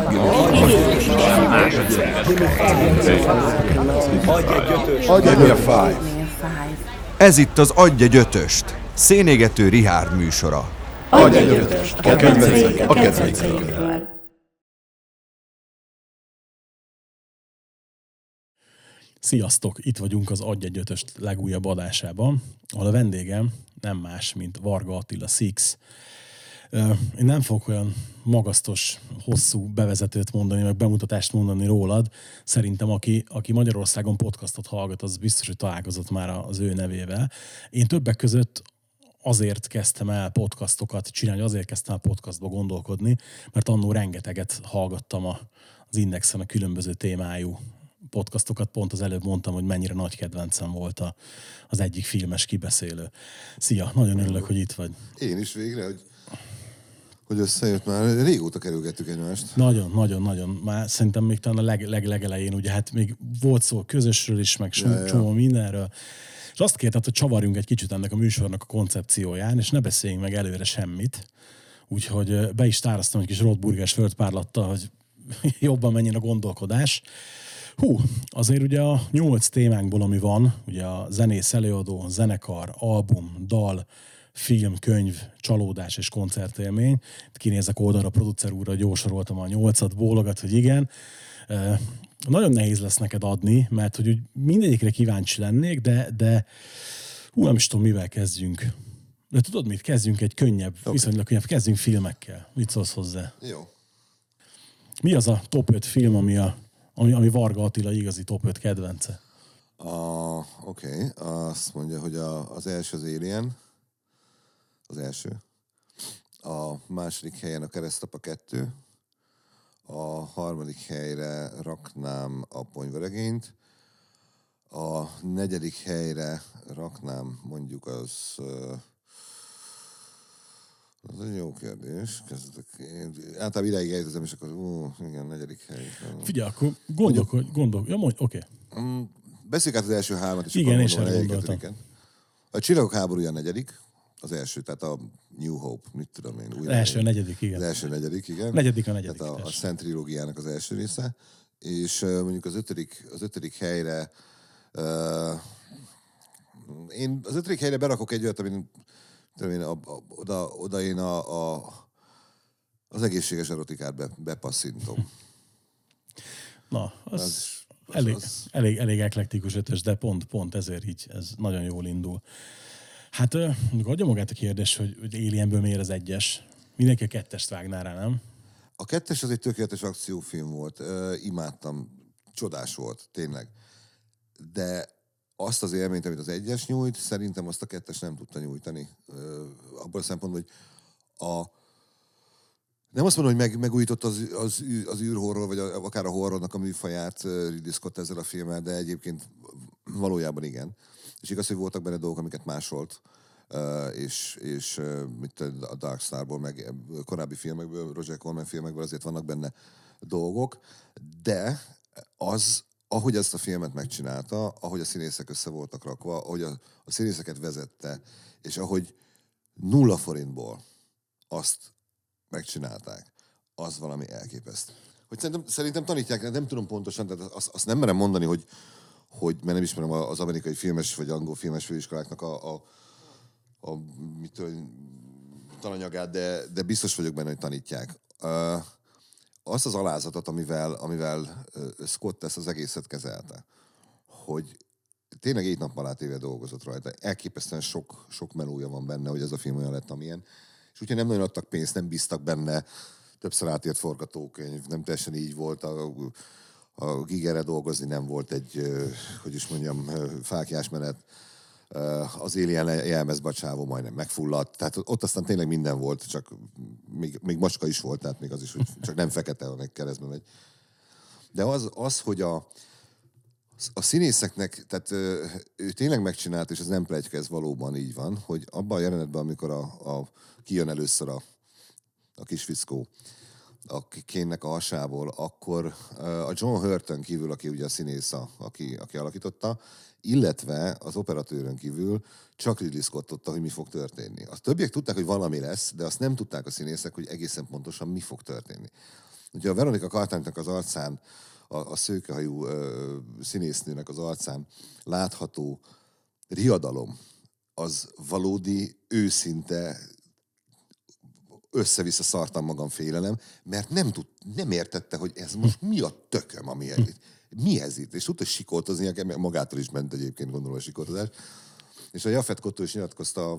Adj a five. Ez itt az Adj egy ötöst, Szénégető Richárd műsora. Adj egy ötöst. A kedvencekről. Sziasztok! Itt vagyunk az Adj egy ötöst legújabb adásában, ahol a vendégem nem más, mint Varga Attila Six. Én nem fogok olyan magasztos, hosszú bevezetőt mondani, meg bemutatást mondani rólad. Szerintem aki Magyarországon podcastot hallgat, az biztos, hogy találkozott már az ő nevével. Én többek között azért kezdtem el podcastokat csinálni, azért kezdtem el podcastba gondolkodni, mert annó rengeteget hallgattam az Indexen a különböző témájú podcastokat. Pont az előbb mondtam, hogy mennyire nagy kedvencem volt az egyik filmes kibeszélő. Szia, nagyon örülök, hogy itt vagy. Én is végre, hogy összejött már. Régóta kerülgettük egymást. Nagyon. Már szerintem még talán a legelején, ugye hát még volt szó közösről is, meg csomó mindenről. És azt kérted, hogy csavarjunk egy kicsit ennek a műsornak a koncepcióján, és ne beszéljünk meg előre semmit. Úgyhogy be is tárasztam egy kis rottburgers földpárlattal, hogy jobban menjen a gondolkodás. Azért ugye a 8 témánkból, ami van, ugye a zenész, előadó, zenekar, album, dal, film, könyv, csalódás és koncertélmény. Kinézek oldalra a producer úrra, hogy jósoroltam a 8-at, bólogat, hogy igen. Nagyon nehéz lesz neked adni, mert hogy mindegyikre kíváncsi lennék, de nem is tudom, mivel kezdjünk. De tudod mit? Kezdjünk egy könnyebb, viszonylag könnyebb, kezdjünk filmekkel. Mit szólsz hozzá? Jó. Mi az a top 5 film, ami Varga Attila igazi top 5 kedvence? Oké. Azt mondja, hogy az első az Alien. Az első. A második helyen a Keresztapa 2. A harmadik helyre raknám a Ponyvaregényt. A negyedik helyre raknám mondjuk az egy jó kérdés. Általában ideig eljutottam, és akkor igen, negyedik hely. Figyelj, akkor gondolkodj. Ja, mondj, oké. Beszéljük át az első hármat, és igen, akkor és mondom, gondoltam. A Csillagok háborúja a negyedik, az első, tehát a New Hope, mit tudom én. Az első negyedik, igen. Az első negyedik, igen. Negyedik. Tehát a Szent trilógiának az első része. És mondjuk az ötödik helyre én az ötödik helyre berakok egy olyat, amin oda én az egészséges erotikát bepasszintom. Na, az elég eklektikus ötös, de pont ezért így, ez nagyon jól indul. Hát adja magát a kérdés, hogy Alienből miért az egyes? Mindenki a kettest vágná rá, nem? A kettes az egy tökéletes akciófilm volt. Imádtam. Csodás volt, tényleg. De azt az élményt, amit az egyes nyújt, szerintem azt a kettes nem tudta nyújtani. Abban a szempontból, hogy nem azt mondom, hogy megújított az űrhorror, vagy akár a horrornak a műfaját Ridley Scott ezzel a filmmel, de egyébként valójában igen. És igaz, hogy voltak benne dolgok, amiket másolt, és mit a Dark Starból, meg korábbi filmekből, Roger Corman filmekből azért vannak benne dolgok, de ahogy ezt a filmet megcsinálta, ahogy a színészek össze voltak rakva, ahogy a színészeket vezette, és ahogy 0 forintból azt megcsinálták, az valami elképesztő. Hogy szerintem tanítják, nem tudom pontosan, tehát azt nem merem mondani, hogy mert nem ismerem az amerikai filmes vagy angol filmes főiskoláknak a tananyagát, de biztos vagyok benne, hogy tanítják. Azt az alázatot, amivel Scott ezt az egészet kezelte, hogy tényleg 7 nap alá téve dolgozott rajta. Elképesztően sok melója van benne, hogy ez a film olyan lett, amilyen. És úgyhogy nem nagyon adtak pénzt, nem bíztak benne, többször átért forgatókönyv, nem teljesen így volt. A Gigerre dolgozni nem volt egy, hogy is mondjam, fáklyás menet. Az Alien jelmezbe a csávó majdnem megfulladt. Tehát ott aztán tényleg minden volt, csak még macska is volt, tehát még az is, hogy csak nem fekete, hanem keresztbe megy. De az, hogy a színészeknek, tehát ő tényleg megcsinált, és ez nem pletyka, ez valóban így van, hogy abban a jelenetben, amikor kijön először a kis fickó a Kane-nek a hasából, akkor a John Hurton kívül, aki ugye a színész, aki alakította, illetve az operatőrön kívül csak Ridley Scott tudta, hogy mi fog történni. A többiek tudták, hogy valami lesz, de azt nem tudták a színészek, hogy egészen pontosan mi fog történni. Ugye a Veronica Cartwrightnak az arcán, a szőkehajú színésznőnek az arcán látható riadalom, az valódi, őszinte, össze-vissza szartam magam félelem, mert nem értette, hogy ez most mi a tököm, mi ez itt? És tudta sikoltozni, magától is ment egyébként, gondolom a sikoltozás. És a Jafet Kottó is nyilatkozta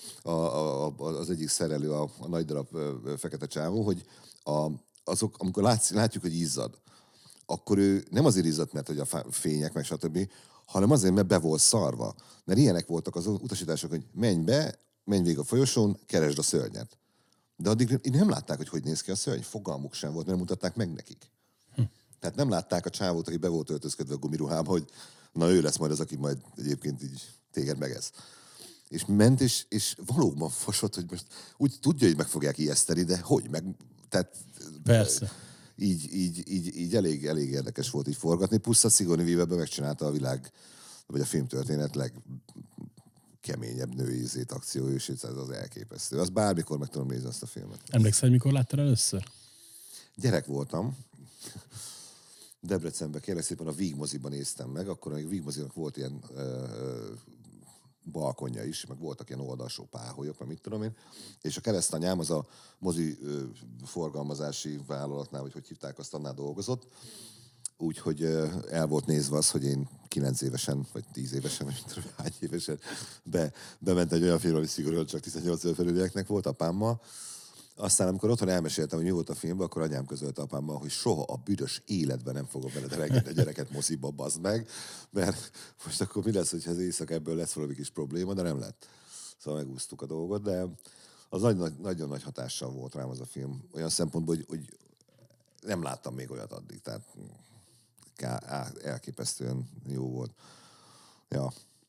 az egyik szerelő, a nagy darab fekete csávó, hogy azok, amikor látjuk, hogy izzad, akkor ő nem azért izzadt, mert hogy a fények, meg stb., hanem azért, mert be volt szarva. Mert ilyenek voltak az utasítások, hogy menj végig a folyosón, keresd a szörnyet. De addig nem látták, hogy néz ki a szörny. Fogalmuk sem volt, mert nem mutatták meg nekik. Tehát nem látták a csávót, aki be volt öltözködve a gumiruhába, hogy na ő lesz majd az, aki majd egyébként így téged megesz. És ment, és valóban fosott, hogy most úgy tudja, hogy meg fogják ijeszteni, de hogy meg... Tehát, persze. Így elég érdekes volt így forgatni. Plusz a Sigourney Weaverben megcsinálta a világ, vagy a filmtörténet legkeményebb női akció, és ez az elképesztő. Az bármikor meg tudom nézni azt a filmet. Emlékszel, hogy mikor láttad először? Gyerek voltam. Debrecenben kérlek szépen a Víg moziban néztem meg, akkor a Víg mozinak volt ilyen balkonja is, meg voltak ilyen oldalsó páholyok, meg mit tudom én, és a keresztanyám az a mozi forgalmazási vállalatnál, vagy hogy hívták, azt annál dolgozott, úgyhogy el volt nézve az, hogy én 9 évesen, vagy 10 évesen, vagy tudom, hány évesen bement egy olyan film, ami szigorúan csak 18 év felülieknek volt apámmal. Aztán, amikor otthon elmeséltem, hogy mi volt a filmben, akkor anyám közölte apámmal, hogy soha a büdös életben nem fogok veled engedni a gyereket moziba, bazd meg, mert most akkor mi lesz, hogyha az éjszaka ebből lesz valami kis probléma, de nem lett. Szóval megúsztuk a dolgot, de az nagyon nagy hatással volt rám az a film. Olyan szempontból, hogy nem láttam még olyat addig, tehát elképesztően jó volt. Ja.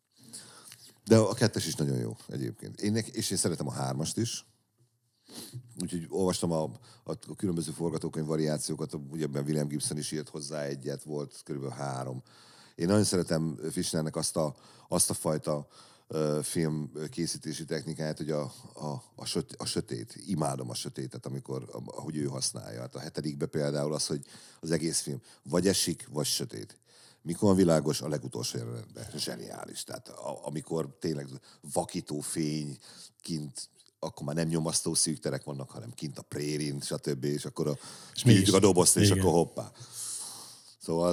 De a 2-es is nagyon jó egyébként. És én szeretem a 3-ast is. Úgyhogy olvastam a különböző forgatókönyv variációkat, ugye ebben William Gibson is írt hozzá egyet, volt körülbelül 3. Én nagyon szeretem Fischnernek azt a fajta film készítési technikáját, hogy a sötét, imádom a sötétet, ahogy ő használja. Hát a 7. például az, hogy az egész film vagy esik, vagy sötét. Mikor van világos, a legutolsó jelenetben. Zseniális. Tehát amikor tényleg vakító fény kint, akkor már nem nyomasztó szűk terek vannak, hanem kint a prérin, stb. És akkor kiütjük a dobozt, és akkor hoppá. Szóval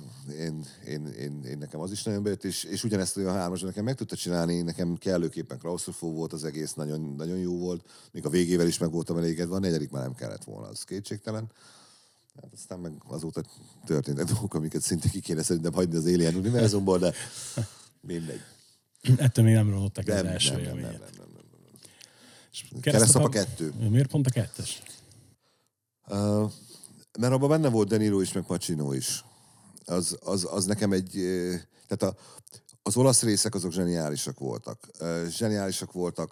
én nekem az is nagyon bejött, és ugyanezt olyan 3-as nekem meg tudta csinálni, nekem kellőképpen klaustrofób volt az egész, nagyon, nagyon jó volt. Még a végével is meg voltam elégedve, a 4. már nem kellett volna, az kétségtelen. Hát aztán meg azóta történtek dolgok, amiket szinte ki kéne szerintem hagyni az Alien univerzumból, de mindegy. Ettől még nem rontottak az első nem. Keresztapa 2. Miért pont a 2-es? Mert abban benne volt De Niro is, meg Pacino is. Az nekem tehát az olasz részek azok zseniálisak voltak. Zseniálisak voltak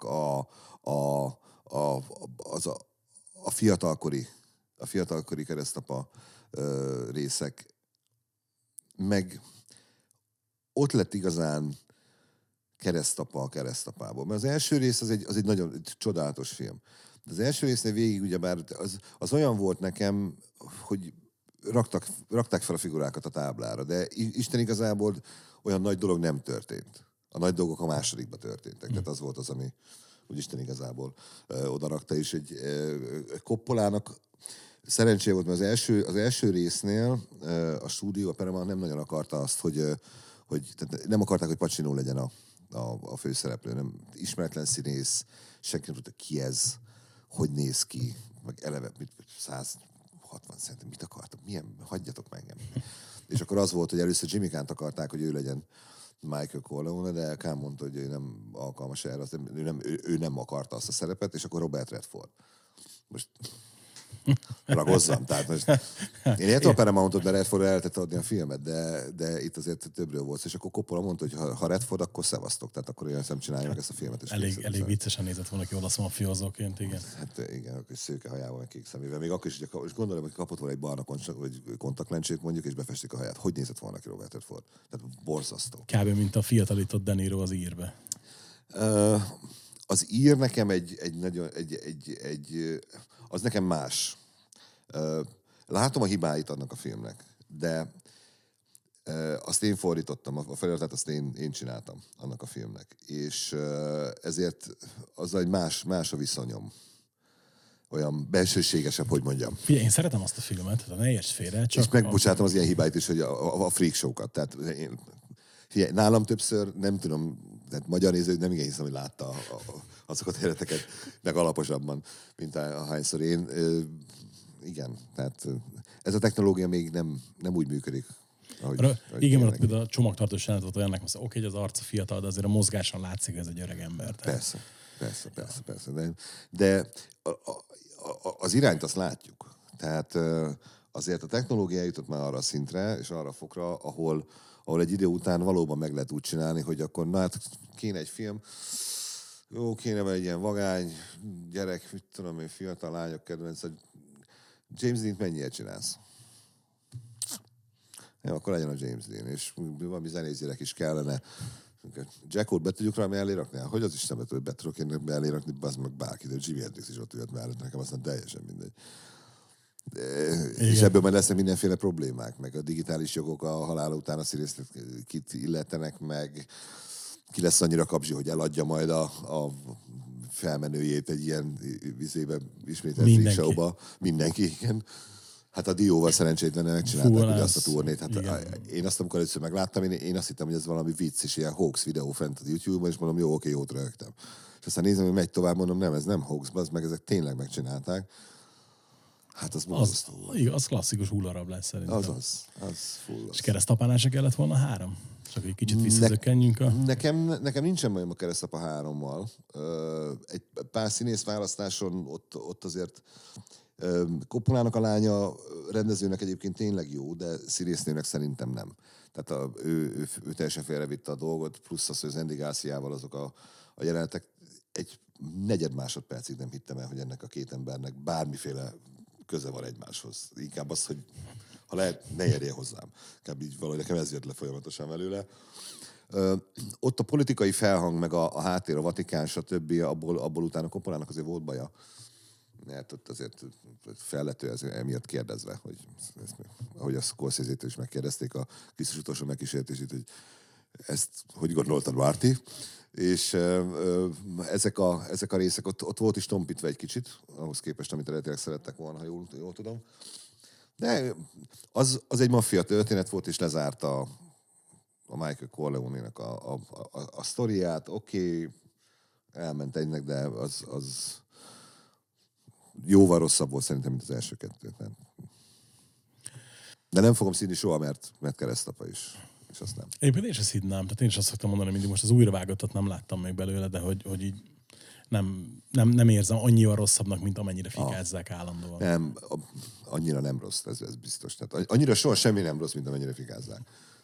a fiatalkori keresztapa részek. Meg ott lett igazán keresztapa a keresztapából. Mert az első rész az egy nagyon csodálatos film. De az első résznél végig ugyebár az olyan volt nekem, hogy rakták fel a figurákat a táblára, de Isten igazából olyan nagy dolog nem történt. A nagy dolgok a másodikban történtek. Tehát az volt az, ami úgy Isten igazából odarakta, és egy Coppolának szerencsé volt, mert az első résznél a stúdió, a Paramount nem nagyon akarta azt, hogy tehát nem akarták, hogy Pacino legyen a főszereplő, nem ismeretlen színész, senki nem tudta, ki ez, hogy néz ki, meg eleve 160 centi, mit akartam, hagyjatok meg engem. És akkor az volt, hogy először Jimmy Kahnt akarták, hogy ő legyen Michael Corleone, de Kahn mondta, hogy ő nem alkalmas erre, ő nem akarta azt a szerepet, és akkor Robert Redford. Most ragozzam, tehát most én értem a Paramountot, mert Redford el lehetett adni a filmet, de itt azért többről volt, és akkor Coppola mondta, hogy ha Redford, akkor szevasztok, tehát akkor olyan szem csinálja meg ezt a filmet. És elég viccesen nézett volna ki olasz mafiózóként, igen. Hát igen, akkor szőke hajával, meg kék szemével. Még akkor is, és gondolom, hogy kapott volna egy barna kontaktlencsét mondjuk, és befestik a haját. Hogy nézett volna ki Robert Redford? Tehát borzasztó. Kb. Mint a fiatalított De Niro az Írbe. Az Ír nekem az nekem más. látom a hibáit annak a filmnek, de azt én fordítottam, a feliratát azt én csináltam annak a filmnek. És ezért azzal egy más a viszonyom. Olyan belsőségesebb, hogy mondjam. Figyelj, én szeretem azt a filmet, tehát ne érts félre. Csak és megbocsátom az ilyen hibáit is, hogy a freak show-kat. Tehát figyelj, nálam többször, nem tudom, tehát magyar nézők nem igen hiszem, hogy látta azokat a jeleneteket meg alaposabban, mint ahányszor én. Igen, tehát ez a technológia még nem úgy működik. Igen, mert például a csomagtartós jelenet volt olyannak, hogy oké, hogy az arca fiatal, de azért a mozgáson látszik, hogy ez egy öreg ember. Tehát. Persze. De az irányt azt látjuk. Tehát azért a technológia jutott már arra a szintre, és arra a fokra, ahol egy idő után valóban meg lehet úgy csinálni, hogy akkor na hát kéne egy film, jó, kéne egy ilyen vagány gyerek, mit tudom én, fiatal lányok kedvenc, hogy James Dean-t mennyire csinálsz? Jó, akkor legyen a James Dean, és valami zenészgyerek is kellene. Jackot be tudjuk rá mellé rakni? Hogy az Istenbe be tudok én mellé rakni, bazd meg bárki, de Jimi Hendrix is ott ült mellett, nekem aztán teljesen mindegy. És ebből majd lesznek mindenféle problémák, meg a digitális jogok a halála után a színésznek kit illetenek meg, ki lesz annyira kapzsi, hogy eladja majd a felmenőjét egy ilyen vizébe ismételt freak show-ba. Mindenki, igen. Hát a Dióval szerencsétlenül megcsinálták ugye azt a turnét. Hát én azt, amikor először megláttam, én azt hittem, hogy ez valami vicc, és ilyen hoax videó fent az YouTube-on, és mondom, jó, oké, jót rögtem. És aztán nézem, hogy megy tovább, mondom, nem, ez nem hoax, az meg ezek tényleg megcsinálták. Hát az borzasztó. Az klasszikus hullarab lesz szerintem. Az full. És keresztapálásra kellett volna 3? Csak egy kicsit visszazökkenjünk Nekem nincsen bajom a keresztapa 3-mal. Egy pár színész választáson ott azért Coppolának a lánya rendezőnek egyébként tényleg jó, de színésznőnek szerintem nem. Tehát ő teljesen félrevitte a dolgot, plusz az, hogy az Andy Garciával azok a jelenetek egy negyed másodpercig nem hittem el, hogy ennek a két embernek bármiféle köze van egymáshoz. Inkább az, hogy ha lehet, ne érje hozzám. Inkább így valahogy nekem ez jött le folyamatosan belőle. Ott a politikai felhang, meg a háttér, a Vatikán, stb. Abból utána Coppolának azért volt baja. Mert ott azért fellető emiatt kérdezve, hogy ahogy a Scorsese-től is megkérdezték a Krisztus utolsó megkísértését, hogy ezt hogy gondoltad, Marty? És ezek a részek ott volt is tompítva egy kicsit, ahhoz képest, amit eredetileg szerettek volna, ha jól tudom. De az egy maffia történet volt, és lezárta a Michael Corleone-nek a sztoriát. Oké, elment egynek, de az jóval rosszabb volt szerintem, mint az első kettő. De nem fogom színi soha, mert keresztapa is. És azt nem. Én például is ezt hinnám. Tehát én is azt szoktam mondani, mindig most az újravágottat nem láttam még belőle, de hogy így nem érzem annyival rosszabbnak, mint amennyire fikázzák állandóan. Nem, annyira nem rossz, ez biztos. Tehát annyira soha semmi nem rossz, mint amennyire fikázzák.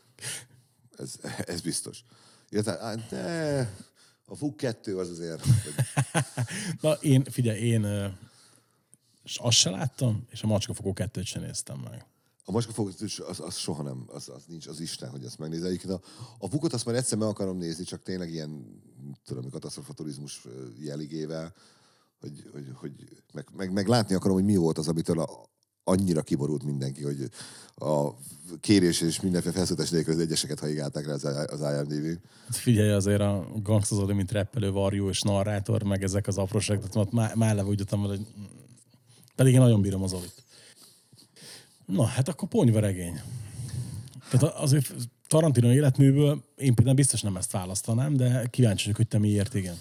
Ez biztos. De a Fug 2 az azért... Na, én azt se láttam, és a Macskafogó 2-t sem néztem meg. A Macskafogó az soha nem, az nincs, az Isten, hogy ezt megnézze. Egyébként a Fugot azt már egyszer meg akarom nézni, csak tényleg ilyen, tudom, katasztrofa turizmus jeligével, hogy meg látni akarom, hogy mi volt az, amitől annyira kiborult mindenki, hogy a kérés és mindenféle felszólítás nélkül az egyeseket haigálták rá az IMDb. Figyelj, azért a Gangsta Zoli, mint reppelő, varjú és narrátor, meg ezek az apróságok, tehát már eleve úgy jöttem, hogy pedig én nagyon bírom az Zolit. Na, hát akkor ponyvaregény. Tehát azért Tarantino életműből én például biztos nem ezt választanám, de kíváncsi vagyok, hogy te miért igen.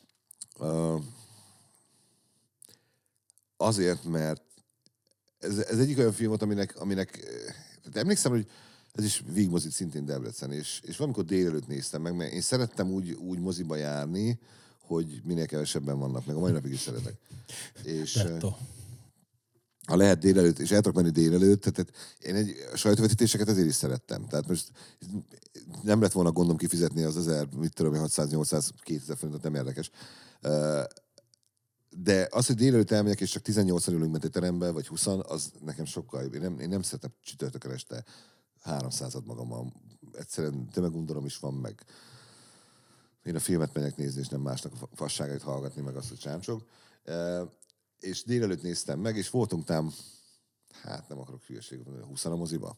Azért, mert ez egyik olyan film volt, aminek tehát emlékszem, hogy ez is vígmozit szintén Debrecen, és valamikor délelőtt néztem meg, mert én szerettem úgy moziba járni, hogy minél kevesebben vannak, meg a mai napig is szeretek. És ha lehet délelőtt, és el tudok menni délelőtt, tehát én a sajtóvetítéseket ezért is szerettem. Tehát most nem lett volna gondom kifizetni az 600-800-2000 forintot, nem érdekes. De az, hogy délelőtt elmegyek, és csak 18-an ülünk ment egy terembe, vagy 20, az nekem sokkal jobb. Én nem szeretem csütörtökön este 300-at magammal. Egyszerűen tömegundorom is van, meg én a filmet megyek nézni, és nem másnak a fasságait hallgatni, meg azt, hogy csámcsog. És délelőtt néztem meg, és voltunk tám hát nem akarok hülyeséget mondani, 20 a moziba.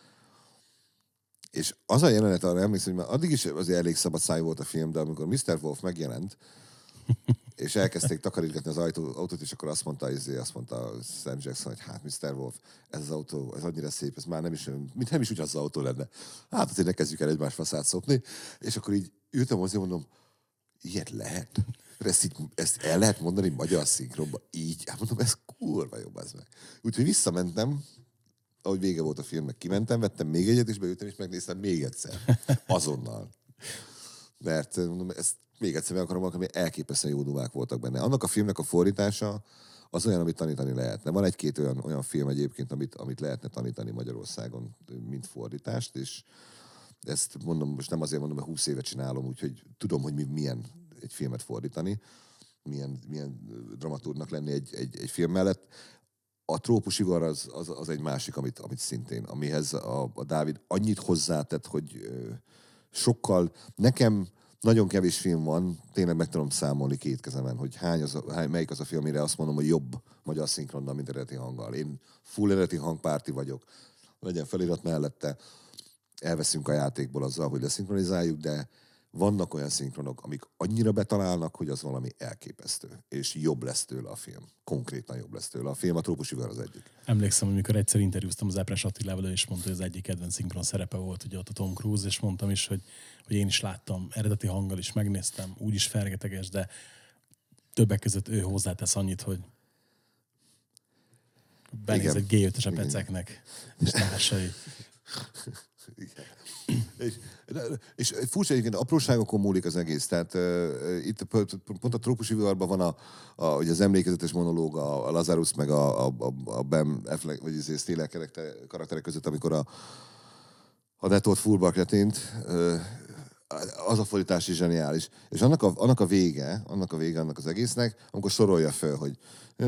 És az a jelenet, arra emlékszem, hogy már addig is azért elég szabad száj volt a film, de amikor Mr. Wolf megjelent, és elkezdték takarítgatni az autót, és akkor azt mondta Sam Jackson, hogy hát Mr. Wolf, ez az autó, ez annyira szép, ez már nem is, mint nem is ugyanaz az autó lenne. Hát azért ne kezdjük el egymás faszát szopni. És akkor így ültem hozzá, mondom, ilyet lehet? Ezt el lehet mondani magyar szinkronban? Így? Hát mondom, ez kurva jobb az meg. Úgyhogy visszamentem, ahogy vége volt a filmnek, kimentem, vettem még egyet, és beültem, és megnéztem még egyszer. Azonnal. Mert mondom, ezt még egyszer meg akarom mondani, elképesztően jó dumák voltak benne. Annak a filmnek a fordítása az olyan, amit tanítani lehetne. Van egy-két olyan film egyébként, amit lehetne tanítani Magyarországon, mint fordítást, és ezt mondom, most nem azért mondom, mert 20 éve csinálom, úgyhogy tudom, hogy milyen egy filmet fordítani, milyen dramaturgnak lenni egy film mellett. A Trópusi Vivar az egy másik, amit szintén, amihez a Dávid annyit hozzátett, hogy sokkal, nekem nagyon kevés film van, tényleg meg tudom számolni két kezemen, hogy melyik az a film, amire azt mondom, hogy jobb magyar szinkronnal, mint eredeti hanggal. Én full eredeti hangpárti vagyok, legyen felirat mellette, elveszünk a játékból azzal, hogy leszinkronizáljuk, de vannak olyan szinkronok, amik annyira betalálnak, hogy az valami elképesztő. És jobb lesz tőle a film. Konkrétan jobb lesz tőle a film. A Trópusi Vivar az egyik. Emlékszem, amikor egyszer interjúztam az Epres Attilával, és mondta, hogy az egyik kedvenc szinkron szerepe volt ugye ott a Tom Cruise, és mondtam is, hogy én is láttam, eredeti hanggal is megnéztem, úgyis fergeteges, de többek között ő hozzátesz annyit, hogy benéz egy G5-ös a peceknek, és társai. Igen. És furcsa egyébként, apróságokon múlik az egész. Tehát itt pont a Trópusi Vivarban van ugye az emlékezetes monológ a Lazarus meg a Ben Affleck, vagy Stiller karakterek között, amikor a Detolt fullback retint, az a fordítás is zseniális. És annak a vége annak az egésznek, amikor sorolja föl, hogy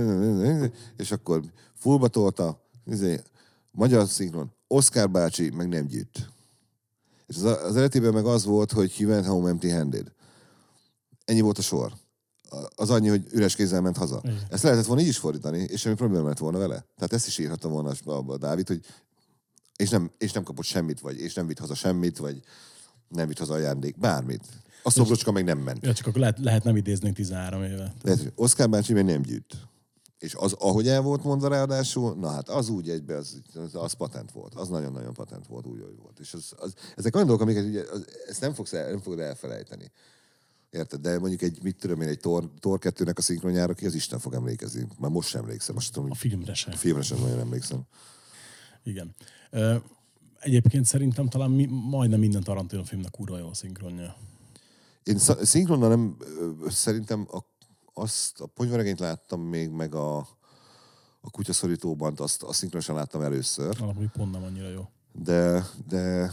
és akkor fullba tolta, magyar szinkron, Oscar bácsi meg nem gyűjt. És az eredetében meg az volt, hogy he went home empty-handed. Ennyi volt a sor. Az annyi, hogy üres kézzel ment haza. Igen. Ezt lehetett volna így is fordítani, és semmi probléma lett volna vele. Tehát ezt is írhatta volna a Dávid, hogy és nem kapott semmit, vagy és nem vitt haza semmit, vagy nem vitt haza ajándék, bármit. A szobrocska meg nem ment. Ja, csak akkor lehet nem idézni 13 éve. Lehet, Oscar bácsi meg nem gyűjt. És az, ahogy el volt mondva ráadásul, na hát az úgy egybe, az patent volt. Az nagyon-nagyon patent volt, úgy, hogy volt. És ezek olyan dolgok, amiket ugye, ezt nem fogod elfelejteni. Érted? De mondjuk egy Thor 2-nek a szinkronjára ki az Isten fog emlékezni. Már most sem emlékszem. Most tudom, a filmre sem. A filmre sem nagyon emlékszem. Igen. Egyébként szerintem talán majdnem minden Tarantino filmnek kurva jó a szinkronja. Én szinkronnal nem, szerintem azt a Ponyvaregényt láttam még, meg a Kutyaszorítóban, azt szinkronosan láttam először. Alapul pont nem annyira jó. De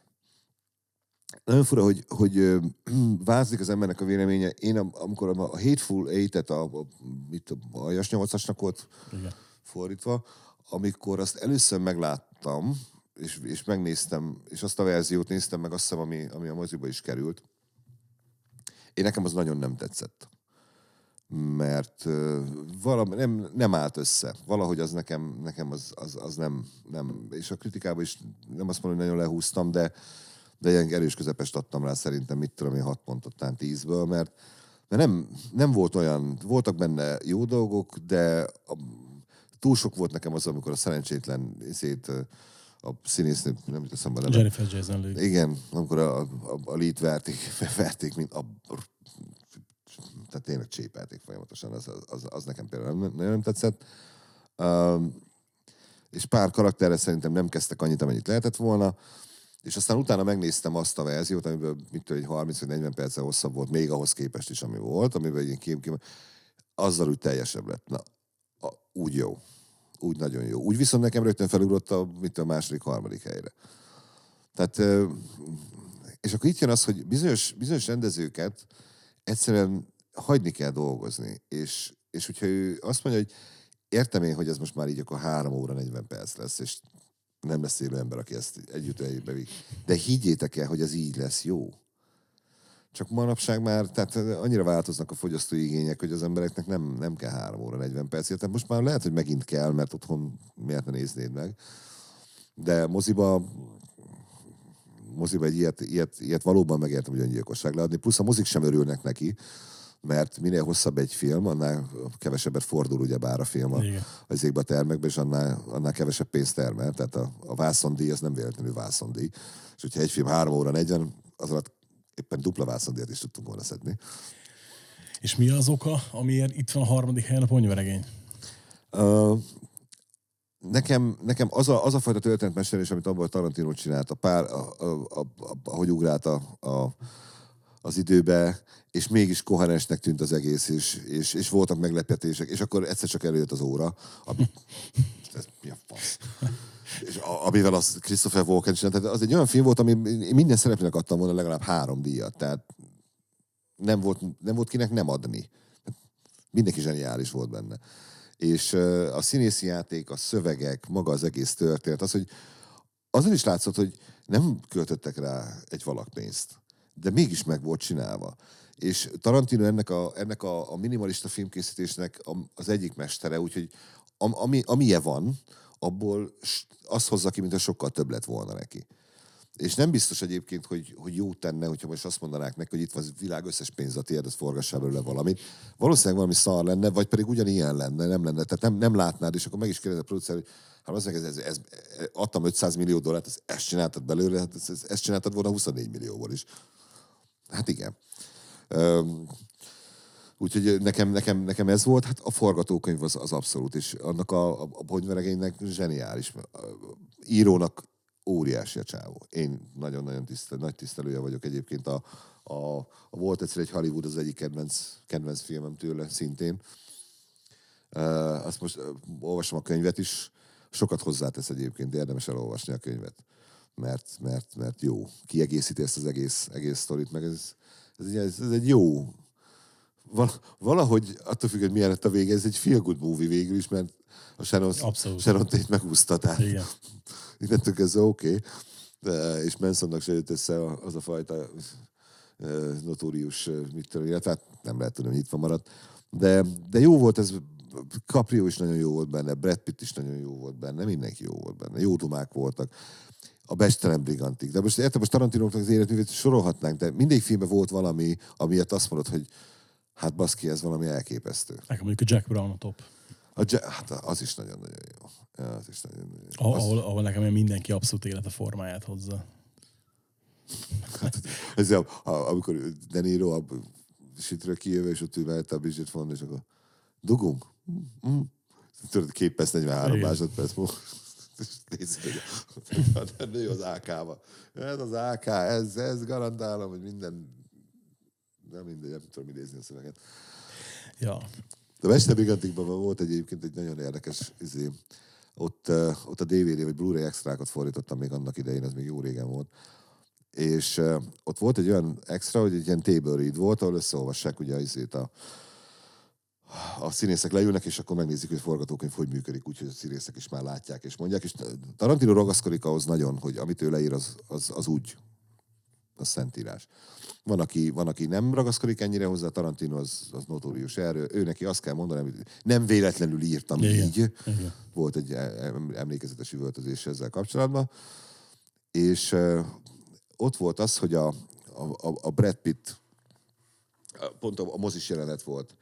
nagyon fura, hogy változik az embernek a véleménye. Én amikor a Hateful Eight-et a Jas 8-asnak volt igen. Fordítva, amikor azt először megláttam, és megnéztem, és azt a verziót néztem meg, azt hiszem, ami a moziba is került, nekem az nagyon nem tetszett. Mert valami nem állt össze. Valahogy az nekem az nem. És a kritikában is nem azt mondom, hogy nagyon lehúztam, de ilyen erős közepest adtam rá szerintem, 6 pontot, talán 10-ből, mert nem volt olyan, voltak benne jó dolgok, de túl sok volt nekem az, amikor a szerencsétlen a színésznő, nem jut eszembe. Jennifer Jason Leigh. Igen, amikor a Leigh-t verték, mint tehát tényleg csépelték folyamatosan, az nekem például nem tetszett. És pár karakterre szerintem nem kezdtek annyit, amennyit lehetett volna, és aztán utána megnéztem azt a verziót, amiből egy 30-40 perccel hosszabb volt, még ahhoz képest is, ami volt, amiben ilyen azzal úgy teljesebb lett. Na, úgy jó. Úgy nagyon jó. Úgy viszont nekem rögtön felugrott a második, harmadik helyre. Tehát, és akkor itt jön az, hogy bizonyos rendezőket egyszerűen hagyni kell dolgozni. És hogyha ő azt mondja, hogy értem én, hogy ez most már így akkor 3 óra 40 perc lesz, és nem lesz élő ember, aki ezt együtt eljébe vik. De higgyétek el, hogy ez így lesz jó. Csak manapság már, tehát annyira változnak a fogyasztói igények, hogy az embereknek nem kell 3 óra 40 percért. Tehát most már lehet, hogy megint kell, mert otthon miért ne néznéd meg. De moziba egy ilyet valóban megértem, hogy öngyilkosság leadni. Plusz a mozik sem örülnek neki, mert minél hosszabb egy film, annál kevesebbet fordul ugyebár a film az égbe a termekbe, és annál kevesebb pénzt termel. Tehát a vászondíj, az nem véletlenül vászondíj. És hogyha egy film 3 óra 40, az alatt éppen dupla vászondíjat is tudtunk volna szedni. És mi az oka, amiért itt van a 3. helyen a Ponyveregény? Nekem az a fajta történetmesélés, amit abban a Tarantino csinált, ahogy ugrált az időbe, és mégis koherensnek tűnt az egész, és voltak meglepetések, és akkor egyszer csak előjött az óra, ez mi a fasz? És amivel az Christopher Walken csinált, tehát az egy olyan film volt, ami minden szereplőnek adtam volna legalább 3 díjat, tehát nem volt kinek nem adni. Mindenki zseniális volt benne. És a színészi játék, a szövegek, maga az egész történet, az, hogy azon is látszott, hogy nem költöttek rá egy valakpénzt, de mégis meg volt csinálva. És Tarantino ennek a minimalista filmkészítésnek az egyik mestere, úgyhogy amilyen van, abból azt hozza ki, mintha sokkal több lett volna neki. És nem biztos egyébként, hogy jó tenne, hogyha most azt mondanák neki, hogy itt van a világ összes pénz a tiéd, az forgassál belőle valamit. Valószínűleg valami szar lenne, vagy pedig ugyanilyen lenne, nem lenne. Tehát nem látnád, és akkor meg is kérdezed a producer, hogy hát ez adtam $500 millió, ezt csináltad belőle, hát ezt csináltad volna 24 millióból is. Hát igen. Úgyhogy nekem ez volt, hát a forgatókönyv az abszolút, és annak a Ponyveregénynek zseniális. Írónak óriási a csávó. Én nagyon-nagyon nagy tisztelője vagyok egyébként. Volt egyszer egy Hollywood, az egyik kedvenc filmem tőle szintén. Azt most olvasom a könyvet is. Sokat hozzátesz egyébként, érdemes elolvasni a könyvet. Mert jó. Kiegészíti ezt az egész sztorit, meg ez egy jó... Valahogy attól függ, hogy milyen lett a vége, ez egy feel good movie végül is, mert a Sharon Tate megúszta, tehát innentől kezdve oké. És Mansonnak se jött össze az a fajta notórius, mit tudom, illetve hát nem lehet tudni, hogy itt van maradt. De jó volt ez, Caprio is nagyon jó volt benne, Brad Pitt is nagyon jó volt benne, mindenki jó volt benne, jó dumák voltak. A Bestelen Brigantik. De most értem, most Tarantinóknak az életművét sorolhatnánk, de mindig filmben volt valami, amiért azt mondod, hogy hát baszki, ez valami elképesztő. Nekem mondjuk a Jack Brown a top. Hát az is nagyon-nagyon jó. Az is nagyon-nagyon jó. Ahol nekem mindenki abszolút élet a formáját hozza. Amikor De Niro a sitről kijövő, és ott ő mellette a Bridget Fonda, és akkor dugunk? Tudod, 2 perc, 43 másodperc múlva. Nő az AK-ba. Ez az AK, ez garantálom, hogy minden... nem tudom idézni a szöveget. Ja. De a Mester Brigantikban volt egyébként egy nagyon érdekes ott a DVD vagy Blu-ray extrákat fordítottam még annak idején, ez még jó régen volt. És ott volt egy olyan extra, hogy egy ilyen table read volt, ahol összeolvassák ugye a színészek leülnek, és akkor megnézik, hogy a forgatókönyv hogy működik, úgyhogy a színészek is már látják és mondják. És Tarantino ragaszkodik ahhoz nagyon, hogy amit ő leír, az úgy, az szentírás. Van, aki nem ragaszkodik ennyire hozzá, Tarantino az notórius erről. Ő neki azt kell mondani, hogy nem véletlenül írtam így. Igen. Volt egy emlékezetes üvöltözés ezzel kapcsolatban. És ott volt az, hogy a Brad Pitt, pont a mozis jelenet volt,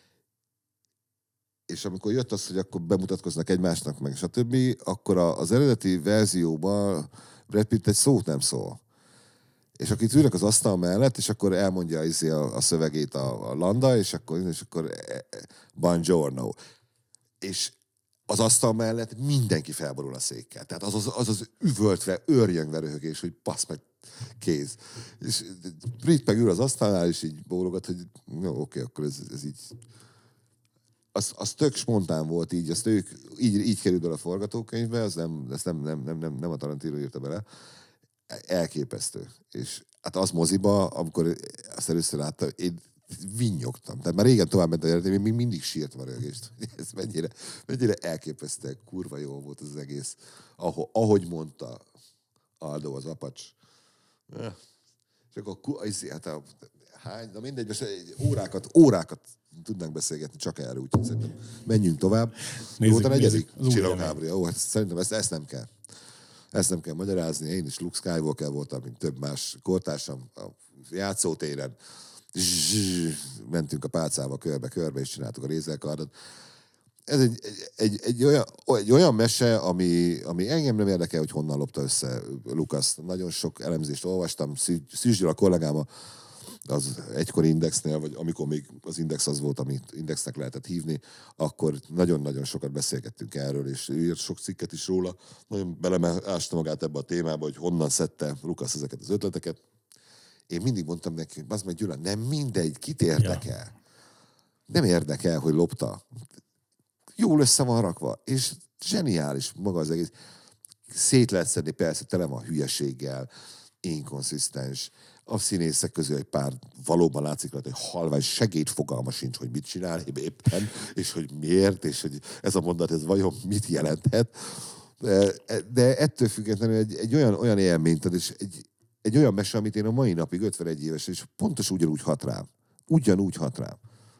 és amikor jött az, hogy akkor bemutatkoznak egymásnak, meg stb., akkor az eredeti verzióban Brad Pitt egy szót nem szól. És akik ülnek az asztal mellett, és akkor elmondja a szövegét a Landa, és akkor buongiorno. És az asztal mellett mindenki felborul a székkel. Tehát az üvöltve, őrjöngve röhögés, hogy passz meg, kéz. És Brit meg ül az asztalnál, és így bólogat, hogy jó, oké, akkor ez így... Az tök spontán volt így, azt ők így került bele a forgatókönyvbe, ezt nem a Tarantino írta bele. Elképesztő. És hát az moziba, amikor azt először láttam, én vinnyogtam. Tehát már régen tovább ment a jelenet, én még mindig sírtam a rögést. Ez mennyire elképesztően kurva jó volt az egész. Ahogy mondta Aldo az apacs. És akkor hány, na mindegy, most órákat tudnánk beszélgetni csak erről, úgyhogy szerintem menjünk tovább. Volt a negyedik? Csillagháború. Ó, hát szerintem ezt nem kell. Ezt nem kell magyarázni. Én is Luke Skywalker voltam, mint több más kortársam a játszótéren. Mentünk a pálcával körbe-körbe, és csináltuk a lézerkardot. Ez egy olyan mese, ami engem nem érdekel, hogy honnan lopta össze Lucas. Nagyon sok elemzést olvastam. Szűcs Gyula kollégám az egykori Indexnél, vagy amikor még az Index az volt, amit Indexnek lehetett hívni, akkor nagyon-nagyon sokat beszélgettünk erről, és írt sok cikket is róla. Nagyon beleásta magát ebbe a témába, hogy honnan szedte Lucas ezeket az ötleteket. Én mindig mondtam neki, hogy meg Gyula, nem mindegy, kit érdekel. Ja. Nem érdekel, hogy lopta. Jól össze van rakva, és zseniális maga az egész. Szét lehet szedni, persze, tele van hülyeséggel, inkonzisztens. A színészek közül egy pár valóban látszik, hogy halvány segédfogalma sincs, hogy mit csinál éppen, és hogy miért, és hogy ez a mondat, ez vajon mit jelenthet. De ettől függetlenül egy olyan élményt ad, és egy olyan mese, amit én a mai napig 51 éves, és pontosan ugyanúgy hat rám. Ugyanúgy hat rám.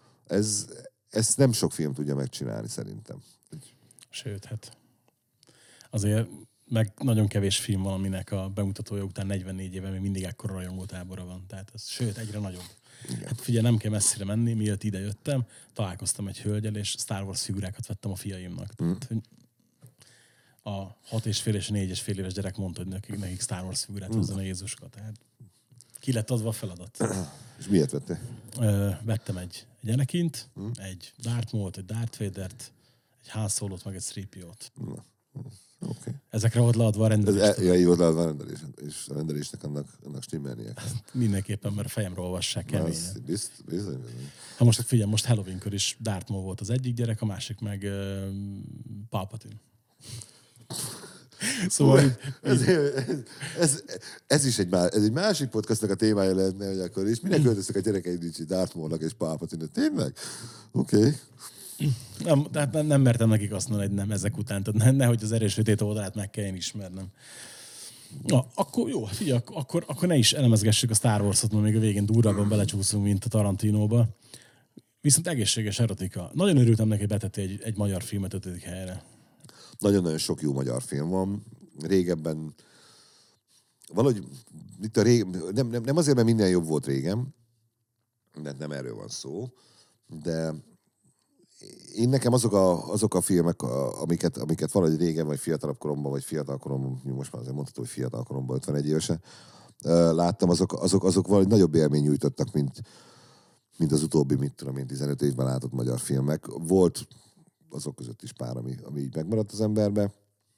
Ezt nem sok film tudja megcsinálni, szerintem. Sőt, hát azért meg nagyon kevés film van, aminek a bemutatója után 44 éve még mindig ekkora rajongótábora van. Tehát ez, sőt, egyre nagyobb. Hát figyelj, nem kell messzire menni, mielőtt ide jöttem, találkoztam egy hölgyel, és Star Wars figurákat vettem a fiaimnak. Tehát, hogy a 6,5 és 4,5 éves gyerek mondta, hogy nekik Star Wars figurát hozzon a Jézuska. Tehát ki lett adva a feladat. És miért vette? Vettem egy Anakint, egy Darth Maul-t, egy Darth Vadert, egy Han Solót, meg egy 3PO-t. Okay. Ezekre volt leadva a rendelést. Jó, leadva a rendelés, és a rendelésnek annak stimmelnie. Mindenképpen, mert a fejemre olvassák keményen. Bizony. Ha most figyelj, most Halloweenkor is Darth Maul volt az egyik gyerek, a másik meg Palpatine. Szóval ez is egy másik podcastnak a témája lehetne, hogy akkor is minek költöztek a gyerekeid nincs Darth Maul-nak és Palpatine. Tényleg? Oké. Okay. Nem mertem nekik azt mondani, hogy nem ezek után. Tehát nehogy az erős sötét oldalát meg kelljen ismernem. Na, akkor jó, figyelj, akkor ne is elemezgessük a Star Wars-ot, mert még a végén durrabban belecsúszunk, mint a Tarantinóba. Viszont egészséges erotika. Nagyon örültem neki, hogy betette egy magyar filmet 5. helyre. Nagyon-nagyon sok jó magyar film van. Régebben valahogy itt nem azért, mert minden jobb volt régen, mert nem erről van szó, de én nekem azok a filmek, amiket valahogy régen, vagy fiatalabb koromban, vagy fiatal koromban, most már azért mondható, hogy fiatal koromban, 51 évesen láttam, azok valahogy nagyobb élmény nyújtottak, mint az utóbbi, 15 évben látott magyar filmek. Volt azok között is pár, ami így megmaradt az emberbe,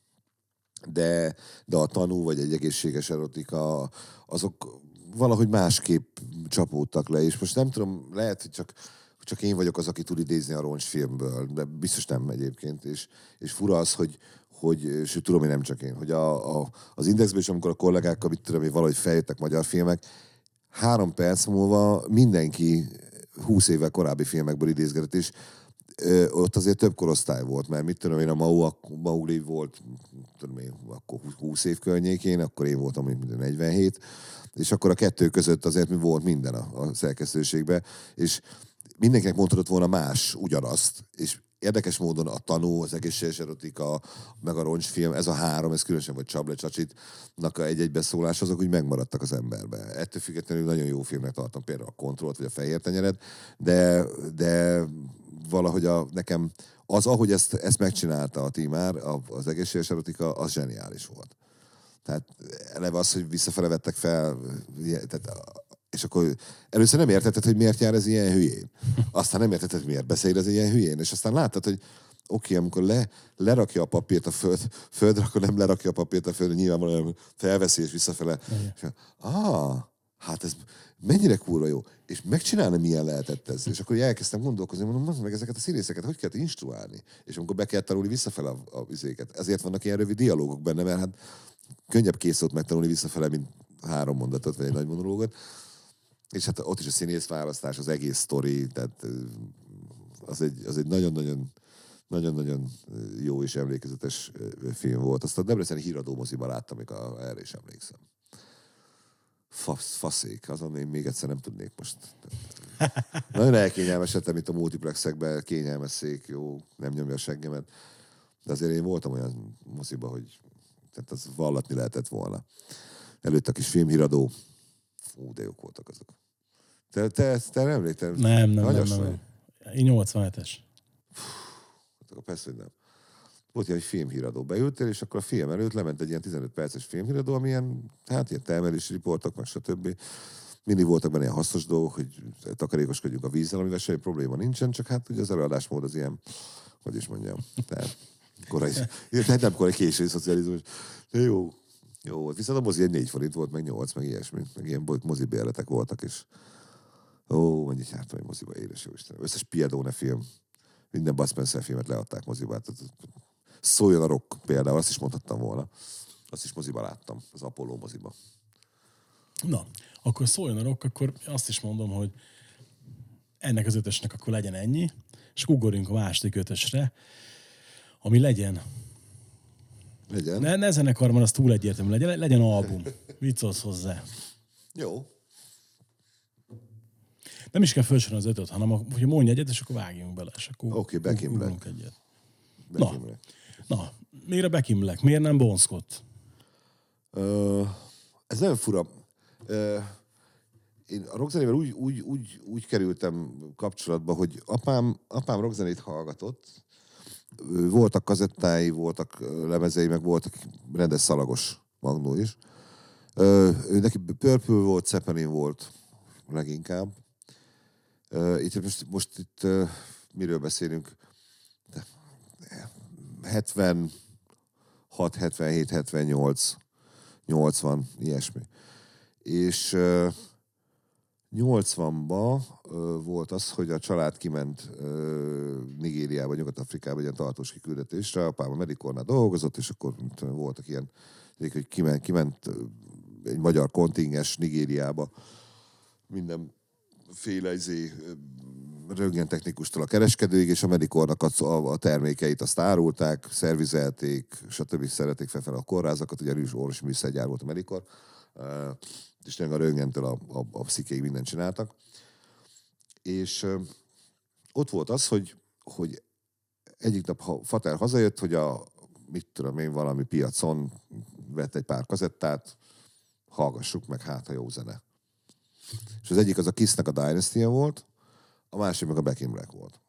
de a Tanú, vagy egy egészséges erotika, azok valahogy másképp csapódtak le, és most nem tudom, lehet, hogy csak én vagyok az, aki tud idézni a roncsfilmből, de biztos nem egyébként, és fura az, hogy sőt, tudom, hogy nem csak én, hogy az Indexben is, amikor a kollégákkal, hogy valahogy feljöttek magyar filmek, 3 perc múlva mindenki 20 évvel korábbi filmekből idézgetett, és ott azért több korosztály volt, mert mit tudom én, a Mauli volt, tudom én, akkor 20 év környékén, akkor én voltam még 47, és akkor a kettő között azért mi volt minden a szerkesztőségben, és mindenkinek mondhatott volna más ugyanazt, és érdekes módon a Tanú, az egészséges erotika, meg a roncsfilm, ez a 3, ez különösen vagy Csable Csacsitnak egy beszólás, azok úgy megmaradtak az emberbe. Ettől függetlenül nagyon jó filmnek tartom, például a Kontrollt, vagy a Fehér tenyered, de valahogy nekem ahogy ezt megcsinálta a Tímár, az egészséges erotika, az zseniális volt. Tehát eleve az, hogy visszafele vettek fel, és akkor először nem értetted, hogy miért jár ez ilyen hülyén. Aztán nem értetted, hogy miért beszél ez ilyen hülyén. És aztán láttad, hogy oké, amikor lerakja a papírt a földre, akkor nem lerakja a papírt a földre, nyilvánvalóan felveszi és visszafele. Hát ez mennyire kurva jó. És megcsinálni milyen lehetett ez. És akkor elkezdtem gondolkozni, mondom, meg ezeket a színészeket hogy kellett instruálni. És amikor be kell tanulni visszafele a vizéket. Ezért vannak ilyen rövid dialógok benne, mert hát könnyebb készült megtanulni visszafele, mint 3 mondatot, vagy egy nagy monológot. És hát ott is a színészválasztás, az egész sztori, tehát az egy nagyon-nagyon jó és emlékezetes film volt. Azt a Debreceni Híradó moziban láttam, erre is emlékszem. Faszék, azon én még egyszer nem tudnék most. Nagyon elkényelmesedtem itt a multiplexekben, kényelmes szék, jó, nem nyomja a seggemet. De azért én voltam olyan moziba, hogy tehát az vallatni lehetett volna. Előtt a kis filmhíradó. Fú, de jók voltak azok. Te nem emlékszel? Nem. Én 87-es. Persze, hogy nem. Volt ilyen filmhíradó. Beültél, és akkor a film előtt lement egy ilyen 15 perces filmhíradó, ami ilyen termelési riportok, meg stb. Mindig voltak benne ilyen hasznos dolgok, hogy takarékoskodjunk a vízzel, amivel semmi probléma nincsen, csak hát ugye az előadásmód az ilyen, hogy is mondjam, nem korai késői szocializmus. De jó volt. Viszont a mozi egy 4 forint volt, meg 8, meg ilyesmi. Meg ilyen mozibérletek voltak, és mennyit jártam egy moziba, édes jó Isten. Összes Piedone film, minden Bud Spencer filmet leadták moziba. Szóljon a Rock például, azt is mondhattam volna. Azt is moziba láttam, az Apollo moziba. Na, akkor szóljon a Rock, akkor azt is mondom, hogy ennek az 5-ösnek akkor legyen ennyi, és ugorjunk a második 5-ösre, ami legyen. Ne zenekarban, az túl egyértelmű legyen album. Mit szólsz hozzá? Jó. Nem is kell felsorolni az 5-öt, hanem hogyha mondj egyet, és akkor vágjunk bele. Oké, Back in Black. Egyet. Na, miért a Back in Black? Miért nem Bon Scott? Ez nagyon fura. Én a rockzenével úgy kerültem kapcsolatba, hogy apám rockzenét hallgatott. Voltak kazettái, voltak lemezei, meg voltak rendes szalagos magnó is. Neki Purple volt, Zeppelin volt leginkább. Most itt miről beszélünk? 76, 77, 78, 80, ilyesmi. És 80-ban volt az, hogy a család kiment Nigériába, Nyugat-Afrikába egy ilyen tartós kiküldetésre. Apám a Medicornál dolgozott, és akkor voltak ilyen, hogy kiment egy magyar kontingens Nigériába mindenféle röntgentechnikustól a kereskedőig, és a Medicornak a termékeit azt árulták, szervizelték, stb. Szerették felfelé a kórházakat, ugye orvosi műszergyár volt a Medicor, és tényleg a röntgentől a szikéig mindent csináltak. És ott volt az, hogy egyik nap Fater hazajött, hogy valami piacon vett egy pár kazettát, hallgassuk meg, hát ha jó zene. És az egyik az a Kiss-nek a Dynasty volt, a másik meg a Back in Black volt.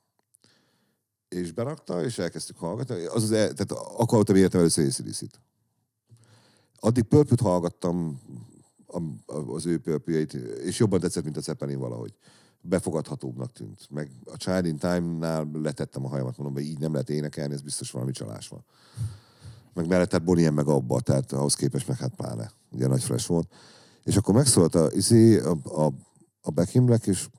És berakta, és elkezdtük hallgatni. Tehát akkor értem először AC/DC-t. Addig Purple-t hallgattam, az ő Purple-jeit, és jobban tetszett, mint a Zeppelin valahogy. Befogadhatóbbnak tűnt. Meg a Child in Time-nál letettem a hajamat, mondom, hogy így nem lehet énekelni, ez biztos valami csalás van. Meg mellett tehát Bonnie M meg abba, tehát ahhoz képest meg hát pláne. Ugye nagy fresh volt. És akkor megszólalt a Back in Black, és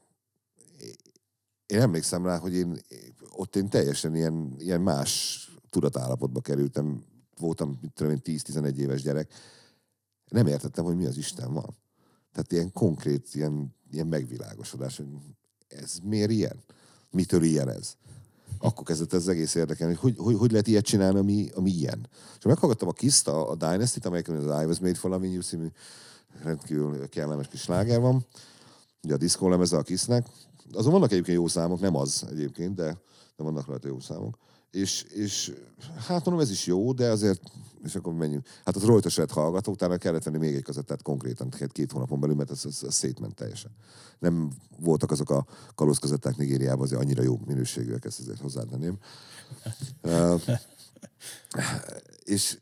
én emlékszem rá, hogy én teljesen ilyen más tudatállapotba kerültem. Voltam, 10-11 éves gyerek. Nem értettem, hogy mi az Isten van. Tehát ilyen konkrét, ilyen megvilágosodás, hogy ez miért ilyen? Mitől ilyen ez? Akkor kezdett ez egész érdekelni, hogy lehet ilyet csinálni, ami ilyen. És meghallgattam a Kiss-t, a Dynasty-t, amelyeken az I Was Made for Loving You című rendkívül kellemes kis sláger van. Ugye a diszkó lemeze a Kiss-nek. Azon vannak egyébként jó számok, nem az egyébként, de vannak rajta jó számok. És hát mondom, ez is jó, de azért, és akkor menjünk. Hát az Reuterset hallgató, utána kellett venni még egy kazettát konkrétan, 2 hónapon belül, mert ez szétment teljesen. Nem voltak azok a kalózkazetták Nigériában azért annyira jó minőségűek, ezt azért hozzátenném. És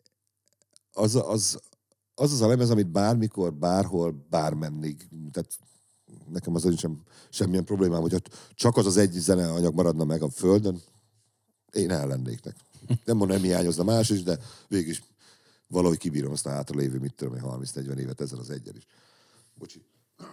az a lemez, amit bármikor, bárhol, bármennig, tehát nekem az sem semmilyen problémám, hogy csak az egy zeneanyag maradna meg a földön, én ellennéknek. Nem mondom, nem hiányozna más is, de végig is valahogy kibírom azt a hátralévő, 30-40 évet ezzel az egyen is. Bocsi.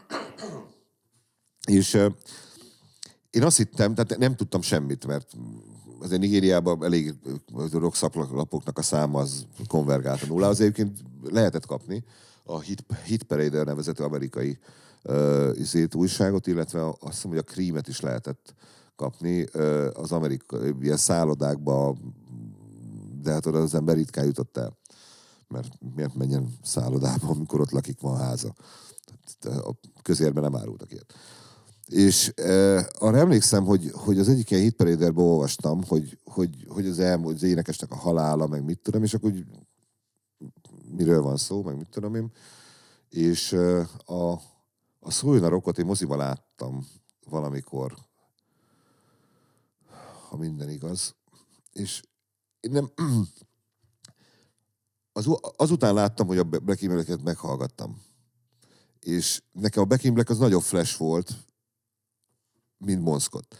És én azt hittem, tehát nem tudtam semmit, mert azért Nigériában elég rockszaklapoknak a száma az konvergált a nulla. Az egyébként lehetett kapni a Hit Parader nevezető amerikai újságot, illetve azt hiszem, hogy a Creamet is lehetett kapni az amerikai ilyen szállodákba, de hát oda az ember ritkán jutott el. mert miért menjen szállodába, amikor ott lakik, van háza. A közérben nem árultak ilyet. És arra emlékszem, hogy az egyik ilyen hitparéderben olvastam, hogy az énekesnek a halála, meg mit tudom, és akkor úgy, miről van szó, meg mit tudom én. És a Szóljon a rockot én moziba láttam valamikor, ha minden igaz. És én nem... Azután láttam, hogy a Back in Black-et meghallgattam. És nekem a Back in Black az nagyobb flash volt, mint Bon Scott.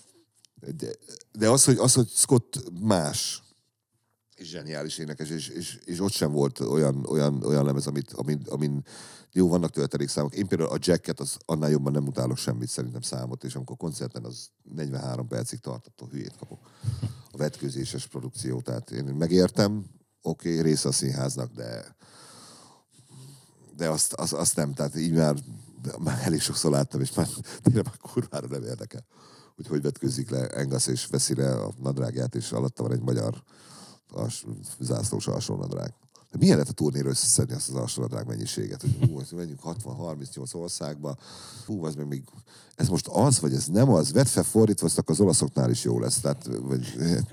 De az, hogy Scott más, és zseniális énekes, és ott sem volt olyan lemez, amin jó, vannak töltelék számok. Én például a Jacket, az annál jobban nem utálok semmit szerintem számot, és amikor koncerten az 43 percig tartott, hülyét kapok. A vetkőzéses produkció, tehát én megértem, oké, része a színháznak, de azt nem, tehát így már elég sokszor láttam, és már tényleg már kurvára nem érdekel. Hogy vetkőzik le Angus, és veszi le a nadrágját, és alatta van egy magyar zászlós alsónadrág. De milyen lehet a turnéről összeszedni azt az alsónadrág mennyiséget? Hogy menjünk 60-38 országba, az meg még... Ez most az, vagy ez nem az? Vedd fel fordítva, azt az olaszoknál is jó lesz. Tehát, vagy...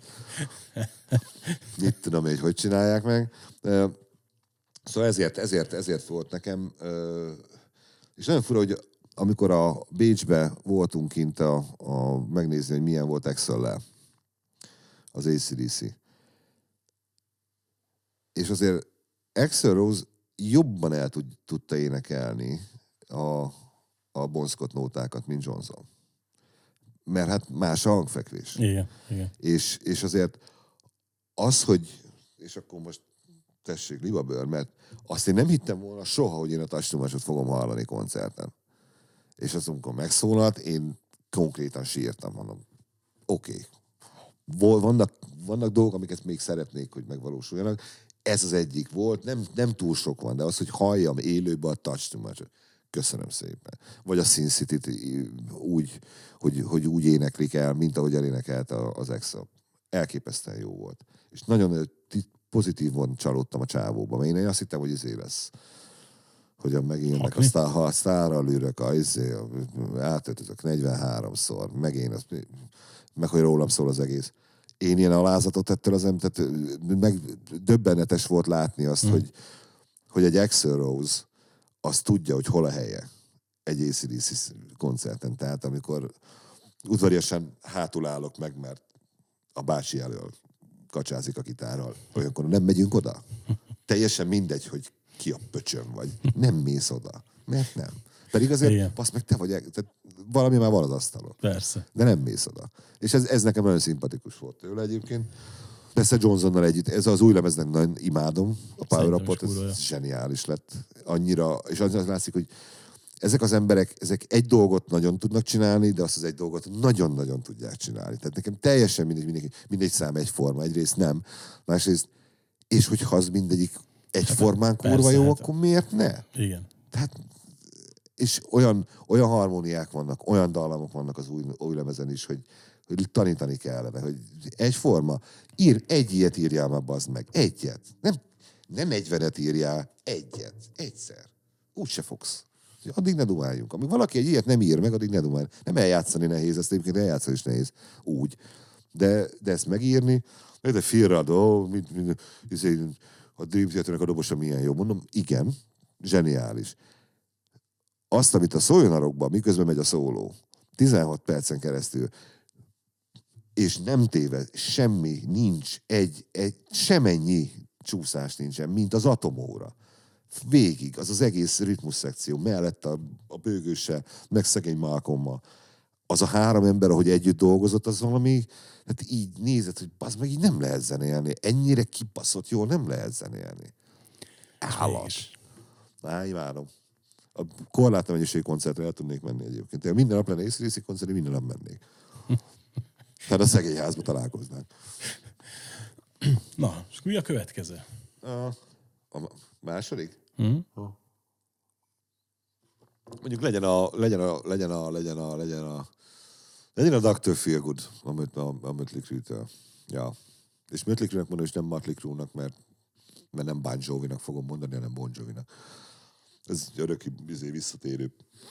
Mit tudom én, hogy csinálják meg. Szóval ezért volt nekem. És nagyon fura, hogy amikor a Bécsbe voltunk kint megnézni, hogy milyen volt Axl-lel az AC/DC. És azért Axl Rose jobban el tudta énekelni a Bon Scott nótákat, mint Johnson. Mert hát más a hangfekvés. Igen. És azért az, hogy... És akkor most tessék, libabőr, mert azt én nem hittem volna soha, hogy én a Touch fogom hallani koncerten. És az, amikor megszólalt, én konkrétan sírtam, mondom, oké. Vannak dolgok, amiket még szeretnék, hogy megvalósuljanak. Ez az egyik volt, nem túl sok van, de az, hogy halljam élőbe a Touch köszönöm szépen. Vagy a Sin City-t úgy, hogy úgy éneklik el, mint ahogy elénekelt az Axl. Elképesztően jó volt. És nagyon pozitívan csalódtam a csávóba, mert én azt hittem, hogy izé lesz. Hogyan megint jönnek a sztárral ülök, átöltözök 43-szor, meg hogy rólam szól az egész. Én ilyen alázatot ettől tehát meg döbbenetes volt látni azt, hogy egy Axl Rose az tudja, hogy hol a helye egy AC/DC koncerten. Tehát amikor udvariasan hátul állok meg, mert a bácsi elől kacsázik a gitárral, olyankor nem megyünk oda. Teljesen mindegy, hogy ki a pöcsön vagy. Nem mész oda. Mert nem. Pedig azért, passz meg, te vagy, tehát valami már van az asztalon. Persze. De nem mész oda. És ez nekem nagyon szimpatikus volt tőle egyébként. Persze Johnsonnal együtt, ez az új lemeznek nagyon imádom, a Power Up-ot, ez zseniális lett. Annyira, és az látszik, hogy ezek az emberek, ezek egy dolgot nagyon tudnak csinálni, de azt az egy dolgot nagyon-nagyon tudják csinálni. Tehát nekem teljesen mindegy szám egyforma, egyrészt nem, másrészt, és hogyha az mindegyik egyformán kurva jó, akkor miért ne? Igen. Tehát, és olyan harmóniák vannak, olyan dallamok vannak az új lemezen is, hogy tanítani kellene, hogy egyforma. Egy ilyet írjál már, bazd meg. Egyet. Nem 40-et írjál, egyet. Egyszer. Úgyse fogsz. Addig ne dumáljunk. Amíg valaki egy ilyet nem ír meg, addig ne dumáljunk. Nem eljátszani nehéz, ezt egyébként eljátszani is nehéz. Úgy. De ezt megírni, de Firrado, a Dream Theaternek a dobosa milyen jó. Mondom, igen, zseniális. Azt, amit a Szóljon a rockban, miközben megy a szóló, 16 percen keresztül, és nem téved, semmi, nincs, semennyi csúszás nincsen, mint az atomóra. Végig, az egész ritmus szekció, mellett a bőgőse, meg szegény Malcolmmal. Az a 3 ember, ahogy együtt dolgozott, az valami, hát így nézed, hogy az meg így nem lehet zenélni. Ennyire kibaszott jól nem lehet zenélni. Állat. Imádom. A korlátlan mennyiségű koncertre el tudnék menni egyébként. Minden nap lenne AC/DC koncertre, minden nap mennék. Tehát a szegény házba találkoznánk. Na, és mi a következő? A második? Mondjuk legyen a Dr. Feelgood a Mötley Crüe-től. Ja. És Mötley Crüe-nek mondom, és nem Mötley Crüe-nak, mert mert nem Bon Jovinak fogom mondani, hanem Bon Jovinak. Ez öröki visszatérő.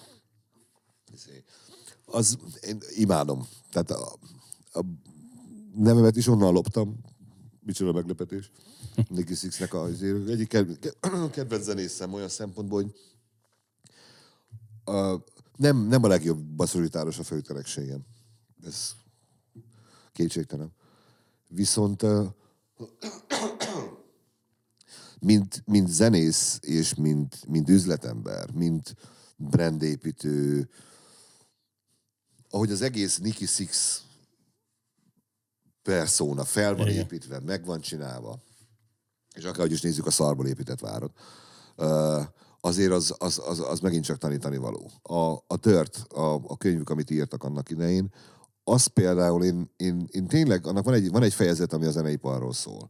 Az, én imádom. Tehát a nevemet is onnan loptam. Micsoda meglepetés. Nicky Sixxnek egyik kedvenc zenészem olyan szempontból, hogy nem a legjobb basszusgitáros a főtelegségem. Ez kétségtelen. Viszont mint zenész, és mint üzletember, mint brandépítő, ahogy az egész Nicky Sixx persona fel van építve, meg van csinálva, és akárhogy is nézzük a szarból épített várat, azért az megint csak tanítani való. A Dirt, a könyvük, amit írtak annak idején, az például én tényleg, annak van egy fejezet, ami a zeneiparról szól.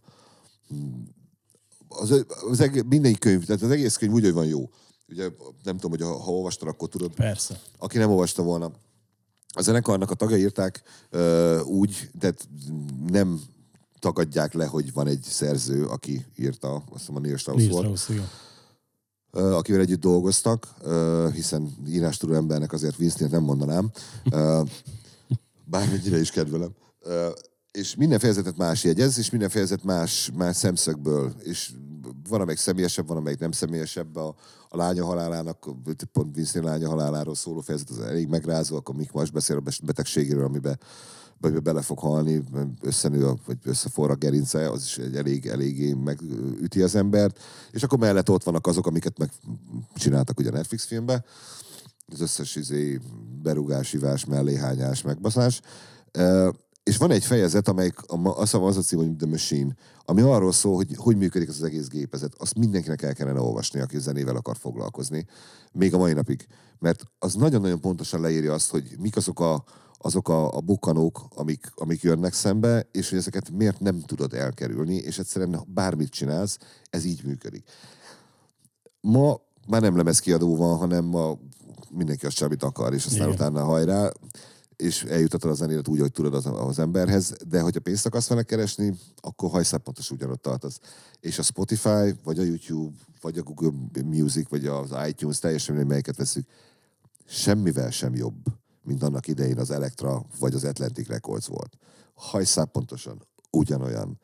Minden könyv, tehát az egész könyv úgy, hogy van jó. Ugye nem tudom, hogy ha olvastad, akkor tudod. Persze. Aki nem olvasta volna. A zenekarnak a tagjai írták úgy, de nem tagadják le, hogy van egy szerző, aki írta, azt hiszem a Neil Strauss volt. Akivel együtt dolgoztak, hiszen írástudó embernek azért Vince-t nem mondanám, bármennyire is kedvelem. És minden fejezetet más jegyez, és minden fejezet más szemszögből, és van, amelyik személyesebb, van, amelyik nem személyesebb. A lánya halálának, pont Vince lánya haláláról szóló fejezet az elég megrázó, akkor Mick Mars beszél a betegségéről, amiben bele fog halni, összenő, vagy összeforr a gerince, az is eléggé megüti az embert. És akkor mellett ott vannak azok, amiket megcsináltak ugye a Netflix filmbe. Az összes berugás, ivás, melléhányás, megbaszás. És van egy fejezet, amelyik az a cím, hogy The Machine, ami arról szól, hogy működik az egész gépezet. Azt mindenkinek el kellene olvasni, aki zenével akar foglalkozni. Még a mai napig. Mert az nagyon-nagyon pontosan leírja azt, hogy mik azok a bukkanók, amik jönnek szembe, és hogy ezeket miért nem tudod elkerülni, és egyszerűen bármit csinálsz, ez így működik. Ma már nem lemezkiadó van, hanem ma mindenki azt amit akar, és aztán utána hajrá, és eljutatod a zenélet úgy, hogy tudod az emberhez, de hogyha pénzt akarsz vele keresni, akkor hajszálpontos ugyanott tartasz. És a Spotify, vagy a YouTube, vagy a Google Music, vagy az iTunes, teljesen mindegy, melyiket veszük, semmivel sem jobb, mint annak idején az Elektra, vagy az Atlantic Records volt. Hajszálpontosan ugyanolyan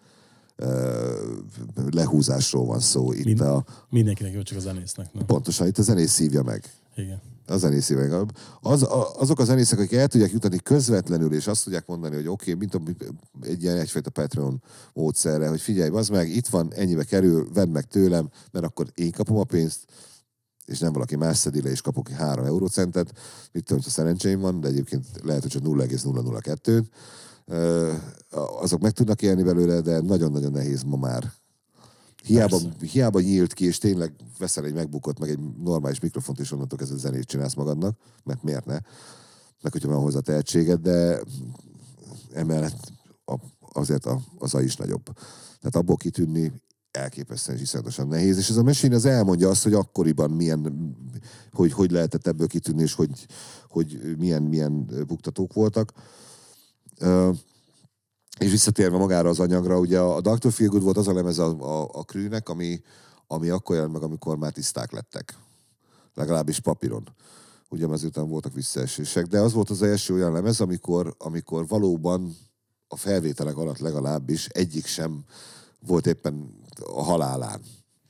lehúzásról van szó. Mindenkinek jó, csak a zenésznek. Nem? Pontosan, itt a zenész szívja meg. Igen. A zenész szívja meg. Azok a zenészek, akik el tudják jutni közvetlenül, és azt tudják mondani, hogy oké, mint egyfajta Patreon módszerre, hogy figyelj, az meg, itt van, ennyibe kerül, vedd meg tőlem, mert akkor én kapom a pénzt, és nem valaki más szedi le, és kapok 3 eurocentet. Mit tudom, hogy szerencsém van, de egyébként lehet, hogy csak 0,002. Azok meg tudnak élni belőle, de nagyon-nagyon nehéz ma már. Hiába nyílt ki, és tényleg veszel egy MacBookot, meg egy normális mikrofont, és onnantól kezdve zenét csinálsz magadnak, mert miért ne? Meg hogyha van hozzá tehetséged, de emellett azért az is nagyobb. Tehát abból kitűnni elképesztően és iszonyatosan nehéz, és ez a Machine az elmondja azt, hogy akkoriban hogy lehetett ebből kitűnni, és hogy milyen buktatók voltak. És visszatérve magára az anyagra, ugye a Dr. Feelgood volt az a lemez a Crewnek, ami akkor jelent meg, amikor már tiszták lettek. Legalábbis papíron. Ugye azután voltak visszaesések, de az volt az első olyan lemez, amikor valóban a felvételek alatt legalábbis egyik sem volt éppen a halálán.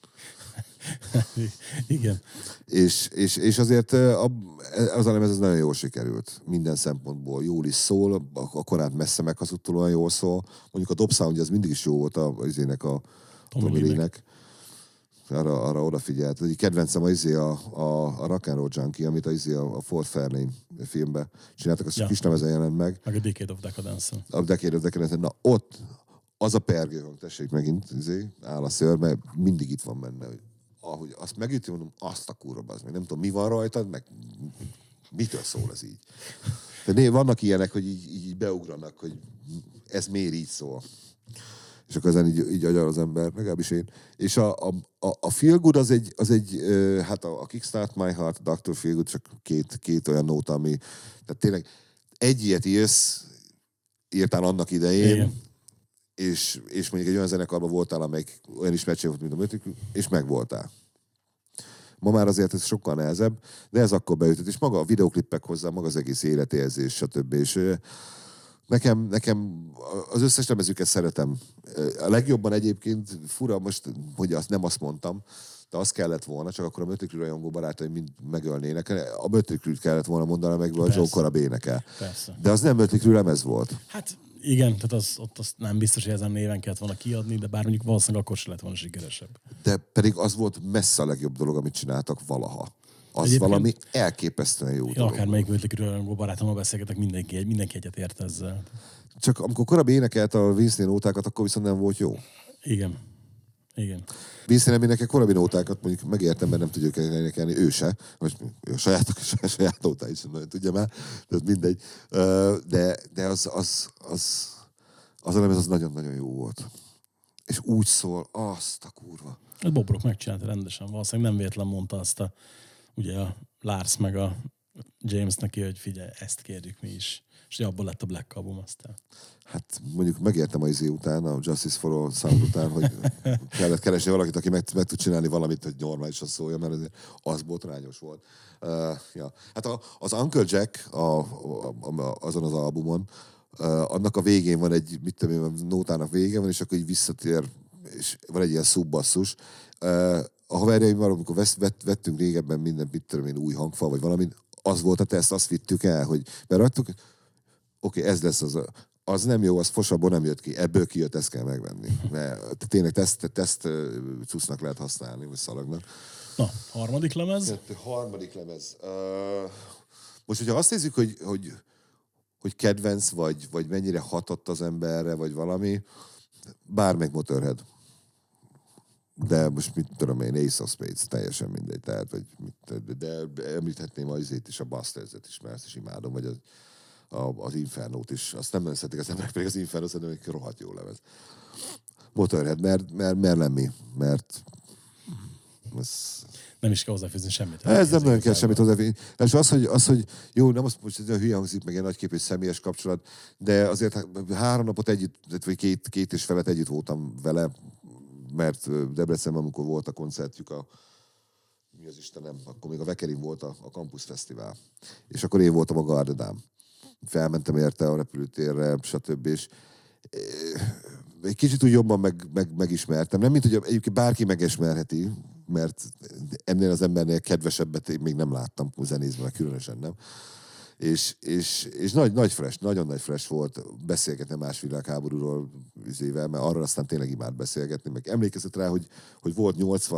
Igen. És azért az a lemez nagyon jól sikerült. Minden szempontból jól is szól, a korát messze meghazudtolóan jól szól. Mondjuk a dob soundja az mindig is jó volt a Tommy Lee-nek. Arra odafigyelt. Egy kedvencem a Rock and Roll Junkie, amit a Ford Fairlane filmben csináltak, az kis lemezen jelent meg. Meg a Decade of Decadence. A Decade of Decadence. Na ott az a pergő, tessék megint, áll a szőr, mert mindig itt van benne, hogy ahogy azt megüti, mondom, azt a kurva, az meg nem tudom, mi van rajtad, meg mitől szól ez így. De vannak ilyenek, hogy így beugranak, hogy ez miért így szól. És akkor ezen így agyal az ember, legalábbis én. És a Feel Good az egy hát a Kickstart My Heart, a Dr. Feel Good, csak két olyan nóta, ami, tehát tényleg egy ilyet írtál annak idején, igen. és mondjuk egy olyan zenekarban voltál, amelyik olyan ismertség volt, mint a Mötley, és megvoltál. Ma már azért ez sokkal nehezebb, de ez akkor beütött, és maga a videoklippek hozzá, maga az egész életérzés, stb. És nekem az összes lemezüket szeretem. A legjobban egyébként fura, most, hogy nem azt mondtam, de az kellett volna, csak akkor a Mötley Crüe rajongó barátaim mind megölnének. A Mötley Crüe-t kellett volna mondani meg, a Joe Corabb énekel. Persze. De az nem Mötley Crüe lemez volt. Hát igen, tehát ott nem biztos, hogy ezen néven kellett volna kiadni, de bár mondjuk valószínűleg akkor sem lett volna sikeresebb. De pedig az volt messze a legjobb dolog, amit csináltak valaha. Az Egyébként valami elképesztően jó dolog. Akármelyik Mötley Crüe barátommal beszélgetek, mindenki egyet ért ezzel. Csak amikor korábbi énekelt a Vince nótákat, akkor viszont nem volt jó. Igen. Vince nem énekel korábbi nótákat, mondjuk megértem, mert nem tudjuk énekelni, ő se. Most a saját nótáit sem nagyon tudja már, de mindegy. De az a lemez az nagyon-nagyon jó volt. És úgy szól, azt a kurva. Bob Rock megcsinálta rendesen. Valószínűleg nem véletlen mondta azt ugye a Lars meg a James neki, hogy figyelj, ezt kérjük mi is. És abból lett a Black Album aztán. Hát mondjuk megértem a után, a Justice for All Sound után, hogy kellett keresni valakit, aki meg tud csinálni valamit, hogy normálisan szólja, mert az botrányos volt. Ja. Hát az Uncle Jack azon az albumon, annak a végén van egy, mit tudom én, nótának vége van, és akkor így visszatér, és van egy ilyen szubbasszus. A haverjaim amikor vettünk régebben minden, mit tudom én, új hangfal, vagy valami, az volt a teszt, azt vittük el, hogy mert adtuk, oké, ez lesz az nem jó, az fosabból nem jött ki, ebből kijött, ezt kell megvenni. Mert tényleg teszt cuccnak lehet használni, vagy szalagnak. Na, harmadik lemez? Harmadik lemez. Most, hogyha azt nézzük, hogy kedvenc, vagy mennyire hatott az emberre, vagy valami, bármelyik Motorhead. De most mit tudom én, Ace of Spades, teljesen mindegy. Tehát, de említhetném az is, a Bastards-et is, mert ezt is imádom, vagy az Infernót is. Azt nem szeretik az emberek, pedig az Inferno szerintem egy rohadt jó lemez. Motorhead, mert lemmi, mert nem is kell hozzáfűzni semmit. Ez nem nagyon kell semmit hozzáfűzni. És az, hogy jó, nem azt most hülye hangzik, meg ilyen nagyképű személyes kapcsolat, de azért 3 napot együtt, vagy két és felet együtt voltam vele, mert Debrecenben, amikor volt a koncertjük, mi az Istenem, akkor még a Vekerin volt a Campus Fesztivál. És akkor én voltam a Gardedám. Felmentem érte a repülőtérre, stb. És egy kicsit úgy jobban megismertem. Nem, mint hogy egyébként bárki megismerheti, mert ennél az embernél kedvesebbet még nem láttam zenészben, különösen nem. És nagy fresh, nagyon nagy fresh volt beszélgetni más világháborúról üzével, mert arra aztán tényleg imád beszélgetni, meg emlékezett rá, hogy volt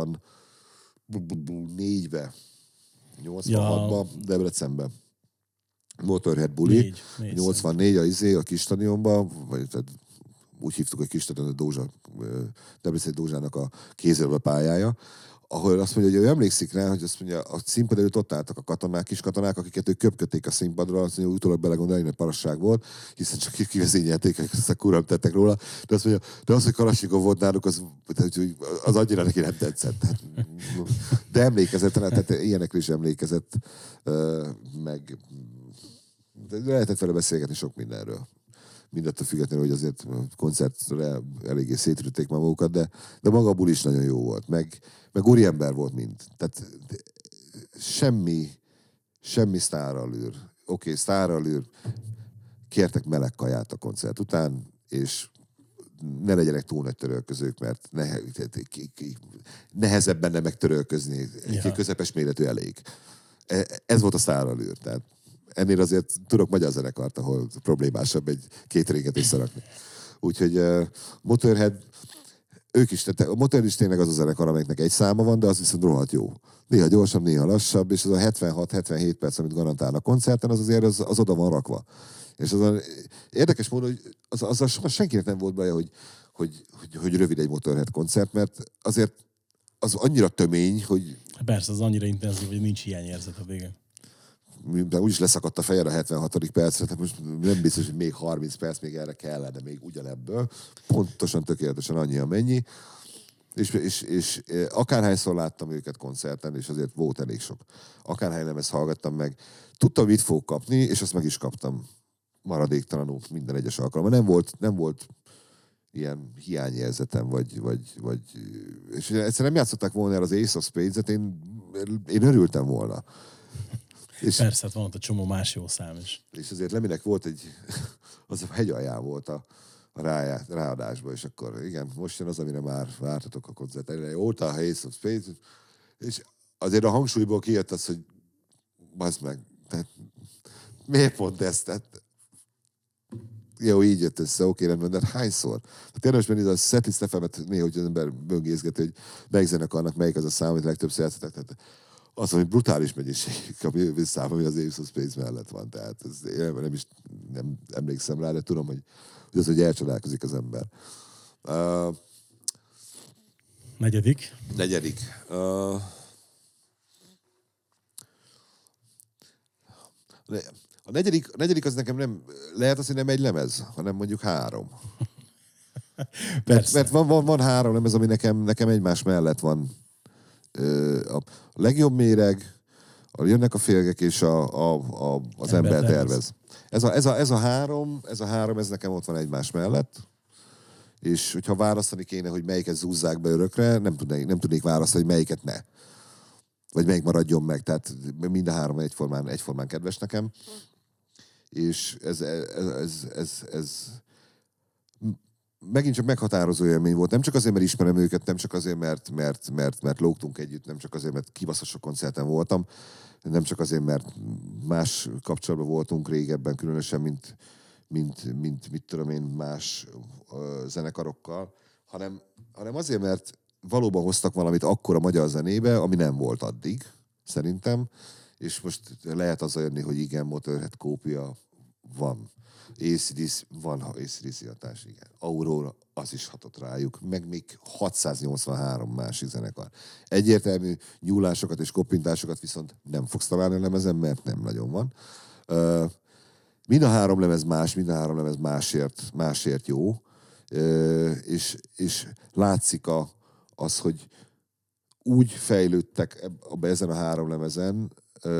84-ben, 86-ban, Debrecenben. Motorhead buli, 84 a kis stadionban, vagy tehát úgy hívtuk a kis stadion, a Debreceni Dózsának a kézzelbe pályája, ahol azt mondja, hogy ő emlékszik rá, hogy azt mondja, a színpad előtt ott álltak a katonák, kis katonák, akiket ők köpködték a színpadra, azt mondja, utólag belegondolni, hogy parasság volt, hiszen csak kivezényelték, hogy ezt a kuram tettek róla, de azt mondja, de az, hogy Kalasnyikov volt náluk, az annyira neki nem tetszett. De emlékezett, tehát ilyenekre is emlékezett, meg de lehetett vele beszélgetni sok mindenről. Mindettől függetlenül, hogy azért koncertre eléggé szétrütték magukat, de maga a buli is nagyon jó volt. Meg úriember volt mind. Tehát semmi sztárallűr. Oké, sztárallűr. Kértek meleg kaját a koncert után, és ne legyenek túl nagy törölközők, mert nehezebb benne megtörölközni. Egy közepes méretű elég. Ez volt a sztárallűr. Tehát ennél azért tudok magyar zenekart, ahol problémásabb egy kétringet összerakni. Úgyhogy Motorhead, ők is, tehát a Motorhead is tényleg az a zenekar, amelyiknek egy száma van, de az viszont rohadt jó. Néha gyorsabb, néha lassabb, és az a 76-77 perc, amit garantálnak a koncerten, az azért az oda van rakva. És az érdekes módon, hogy azzal soha senkinek nem volt baja, hogy rövid egy Motorhead koncert, mert azért az annyira tömény, hogy... Persze, az annyira intenzív, hogy nincs hiányérzet a végén. De úgyis leszakadt a fejed a 76. percre, tehát most nem biztos, hogy még 30 perc még erre kellene, még ugyanebből. Pontosan, tökéletesen annyi, amennyi. És akárhányszor láttam őket koncerten, és azért volt elég sok. Akárhány nem ezt hallgattam meg. Tudtam, mit fog kapni, és azt meg is kaptam maradéktalanul minden egyes alkalommal. Nem volt ilyen hiányérzetem, vagy és egyszerűen nem játszották volna el az Ace of Spades-et, én örültem volna. És persze, van ott a csomó más jó szám is. És azért Leminek volt az a hegyalján volt a ráadásban, és akkor igen, most jön az, amire már vártatok a koncert. Óta a Ace of Spades, és azért a hangsúlyból kijött az, hogy bazd meg, tehát miért pont ezt? Tehát, jó, így jött össze, oké, rendben, de hányszor? Tehát érdemes menni, a setlist FM-et néha, hogy az ember böngészget, hogy melyik zenekarnak melyik az a szám, amit legtöbbször játszották. Tehát az, hogy brutális mennyiség, ami szám, ami az Ace of Spades mellett van. Tehát nem emlékszem rá, de tudom, hogy az, hogy elcsodálkozik az ember. Negyedik. A negyedik az nekem nem, lehet az, hogy nem egy lemez, hanem mondjuk 3. Mert van 3 lemez, ami nekem egymás mellett van. A legjobb méreg, jönnek a férgek, és az ember tervez. Ez a három, ez nekem ott van egymás mellett. És hogyha választani kéne, hogy melyiket zúzzák be örökre, nem tudnék választani, hogy melyiket ne. Vagy melyik maradjon meg. Tehát mind a 3 egyformán kedves nekem. És ez megint csak meghatározó élmény volt. Nem csak azért, mert ismerem őket, nem csak azért, mert lógtunk együtt, nem csak azért, mert kibaszott sok koncerten voltam, nem csak azért, mert más kapcsolatban voltunk régebben, különösen, mint mit tudom én, más zenekarokkal, hanem azért, mert valóban hoztak valamit akkor a magyar zenébe, ami nem volt addig, szerintem, és most lehet azzal jönni, hogy igen, Motorhead kópia van. Van AC/DC hatás, igen. Aurora, az is hatott rájuk, meg még 683 másik zenekar. Egyértelmű nyúlásokat és koppintásokat viszont nem fogsz találni a lemezen, mert nem nagyon van. Mind a 3 lemez más, mind a 3 lemez másért jó, és látszik az, hogy úgy fejlődtek ezen a 3 lemezen,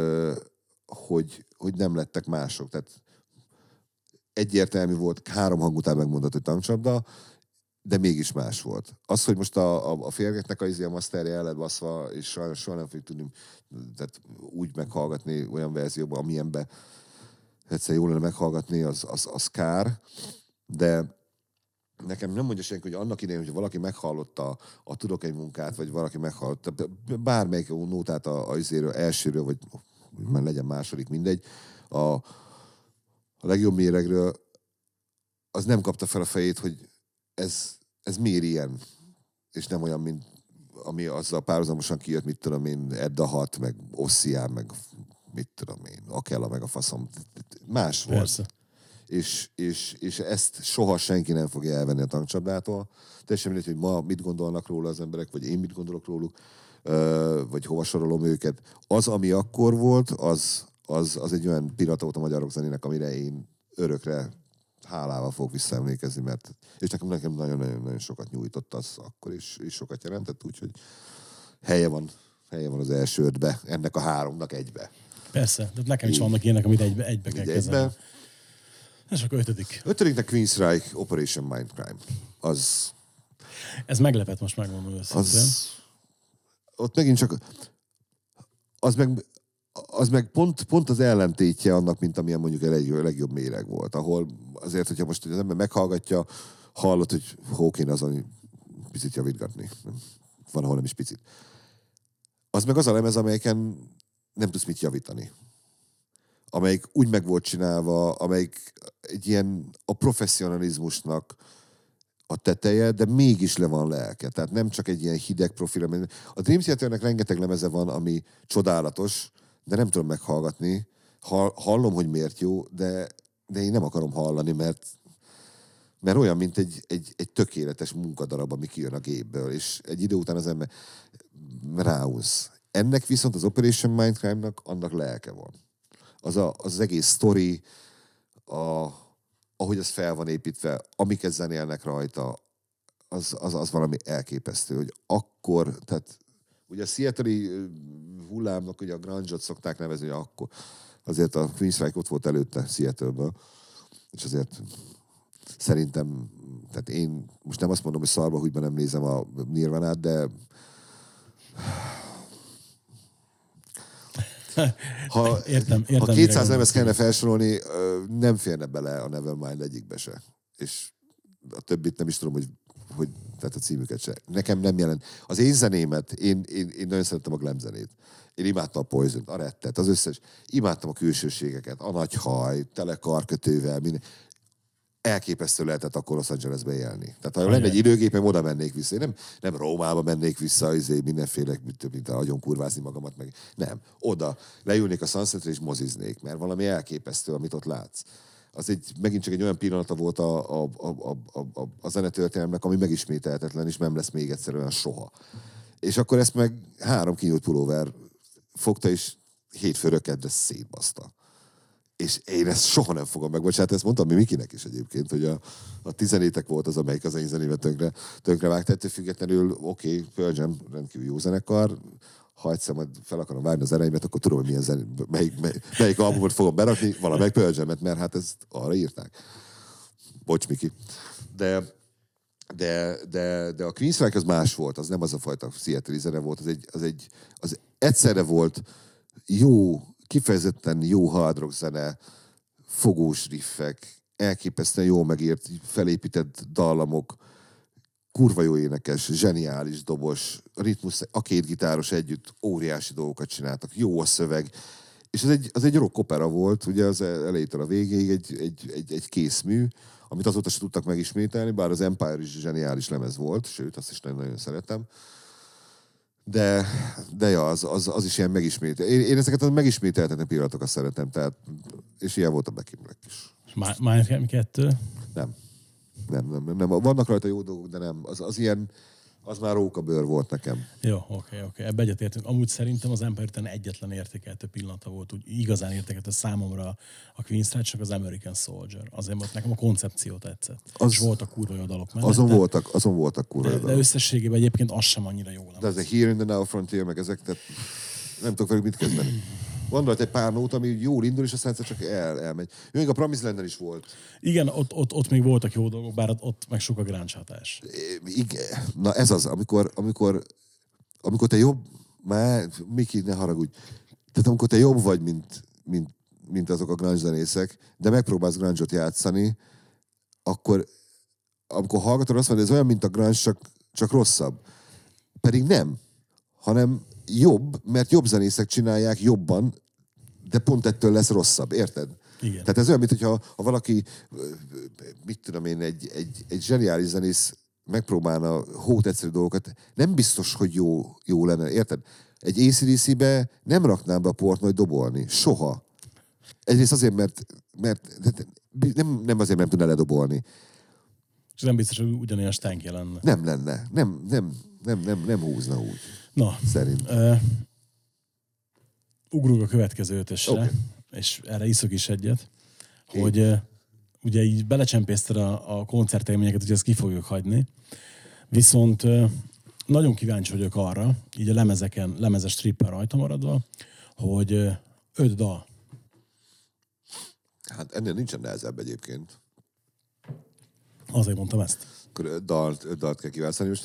hogy nem lettek mások. Tehát egyértelmű volt, 3 hang után megmondott, hogy tankcsapda, de mégis más volt. Az, hogy most a férgeknek a masterje el lett baszva, és soha nem fogjuk tudni tehát úgy meghallgatni olyan verzióban, amilyenben egyszer jól lenne meghallgatni, az kár, de nekem nem mondja senki, hogy annak idején, hogy valaki meghallotta a Tudok egy munkát, vagy valaki meghallotta bármelyik nótát az elsőről, vagy már legyen második, mindegy, a legjobb méregről, az nem kapta fel a fejét, hogy ez miért ilyen, és nem olyan, mint ami azzal párhuzamosan kijött, mit tudom én, Edda 6, meg Ossian, meg mit tudom én, Akella, meg a faszom. Más volt. Persze. És ezt soha senki nem fogja elvenni a tankcsapdától. Teljesen mindegy, hogy ma mit gondolnak róla az emberek, vagy én mit gondolok róluk, vagy hova sorolom őket. Az, ami akkor volt, az egy olyan pillanat volt a magyar rockzenének, amire én örökre hálával fogok visszaemlékezni, és nekem nagyon-nagyon sokat nyújtott az akkor, és sokat jelentett, úgyhogy helye van az első 5-be, ennek a 3-nak egybe. Persze, de nekem is vannak ilyenek, amit egybe kell kezelni. És akkor 5. 5. Queensryche, Operation Mindcrime. Ez meglepett, most megmondom őszintén. Ott megint csak az meg pont az ellentétje annak, mint amilyen mondjuk a legjobb méreg volt, ahol azért, hogyha most az ember meghallgatja, hallott, hogy hol kéne azon picit javítgatni. Van, ahol nem is picit. Az meg az a lemez, amelyeken nem tudsz mit javítani. Amelyik úgy meg volt csinálva, amelyik egy ilyen a professzionalizmusnak a teteje, de mégis le van lelke. Tehát nem csak egy ilyen hideg profil. A Dream Theaternek rengeteg lemeze van, ami csodálatos, de nem tudom meghallgatni. Hallom, hogy miért jó, de én nem akarom hallani, mert olyan, mint egy tökéletes munkadarab, ami kijön a gépből, és egy idő után az ember ráunsz. Ennek viszont az Operation Mindcrime-nak annak lelke van. Az egész sztori, ahogy az fel van építve, amiket zenélnek rajta, az valami elképesztő, hogy akkor, tehát ugye a Seattle-i hullámnak ugye a grunge-ot szokták nevezni, hogy akkor azért a Queensryche ott volt előtte Seattle-ből, és azért Szerintem, tehát én most nem azt mondom, hogy szarba, hogy nem nézem a Nirvanát, de Értem, ha 200 lemez gondolsz. kellene felsorolni, nem férne bele a Nevermind egyikbe se. És a többit nem is tudom, hogy tehát a címüket se. Nekem nem jelent. Az én zenémet, én nagyon szerettem a glam zenét. Én imádtam a Poison-t, a Rettet, az összes. Imádtam a külsőségeket, a nagy haj, tele karkötővel, minden. Elképesztő lehetett akkor Los Angelesbe élni. Tehát ha lenne egy időgépem, oda mennék vissza. Én nem Rómába mennék vissza, mindenféle, mint a agyon kurvázni magamat meg. Nem. Oda leülnék a Sunsetre és moziznék, mert valami elképesztő, amit ott látsz. Az megint csak egy olyan pillanata volt a zenetörténelemnek, ami megismételhetetlen, és nem lesz még egyszer olyan soha. És akkor ezt meg 3 kinyújt pulóver fogta, és hétfő rökedre szétbaszta. És én ezt soha nem fogom megbocsátani. Ezt mondtam mi Mikinek is egyébként, hogy a tizenétek volt az, amelyik az én zenémet tönkre vágt. Ettől függetlenül, oké, Pearl Jam rendkívül jó zenekar, ha egyszer majd fel akarom várni az ereimet, akkor tudom, hogy milyen melyik albumot fogom berakni, valamelyik Pearl Jam-et, mert hát ezt arra írták. Bocs, Miki. De a Queensryche az más volt, az nem az a fajta Seattle zene volt, az egyszerre volt jó, kifejezetten jó hard rock zene, fogós riffek, elképesztően jól megírt, felépített dallamok, kurva jó énekes, zseniális dobos, ritmus, a 2 gitáros együtt óriási dolgokat csináltak, jó a szöveg, és az egy rock opera volt, ugye az elejétől a végéig egy készmű, amit azóta se tudtak megismételni, bár az Empire is zseniális lemez volt, sőt, azt is nagyon szeretem. De ja, az is ilyen megismétel. Én ezeket a megismételtetlen pillanatokat szeretem, tehát, és ilyen volt a Back in Black is. Mindcamp 2? Nem. Vannak rajta jó dolgok, de nem. Az ilyen, az már rókabőr volt nekem. Jó, oké. Ebbe egyetértünk. Amúgy szerintem az Empire egyetlen értékeltő pillanata volt, úgy igazán értékelte számomra a Queensryche, csak az American Soldier. Azért, mert nekem a koncepció tetszett. És voltak kurva jó dalok mellette. Azon voltak kurva jó dalok. De összességében egyébként az sem annyira jó lemez. De ez a Here in the Now Frontier, meg ezek, tehát nem tudok velük mit kezdeni. Van rajta egy pár nóta, ami jól indul, és aztán csak elmegy. Még a Promised Land-en is volt. Igen, ott még voltak jó dolgok, bár ott meg sok a grunge hatás. Igen. Na ez az, amikor te jobb, már Miki, ne haragudj, tehát amikor te jobb vagy, mint azok a grunge zenészek, de megpróbálsz grunge-ot játszani, akkor amikor hallgatod, azt mondod, ez olyan, mint a grunge, csak rosszabb. Pedig nem, hanem jobb, mert jobb zenészek csinálják jobban, de pont ettől lesz rosszabb, érted? Igen. Tehát ez olyan, mint hogyha valaki, mit tudom én, egy zseniális zenész megpróbálna hót egyszerű dolgokat, nem biztos, hogy jó lenne, érted? Egy AC/DC-be nem raknám be a Portnoy dobolni. Soha. Egyrészt azért, mert nem azért, nem tudna ledobolni. És nem biztos, hogy ugyanilyen stánkja lenne. Nem lenne. Nem húzna úgy. Na, szerint. Ugrunk a következő ötösre, Okay. És erre iszok is egyet, hogy ugye így belecsempészted a koncertélményeket, hogy ezt ki fogjuk hagyni, viszont nagyon kíváncsi vagyok arra, így a lemezes trippen rajta maradva, hogy 5 dal. Hát ennél nincsen nehezebb egyébként. Azért mondtam ezt. Akkor 5 dalt kell kiválasztani. Most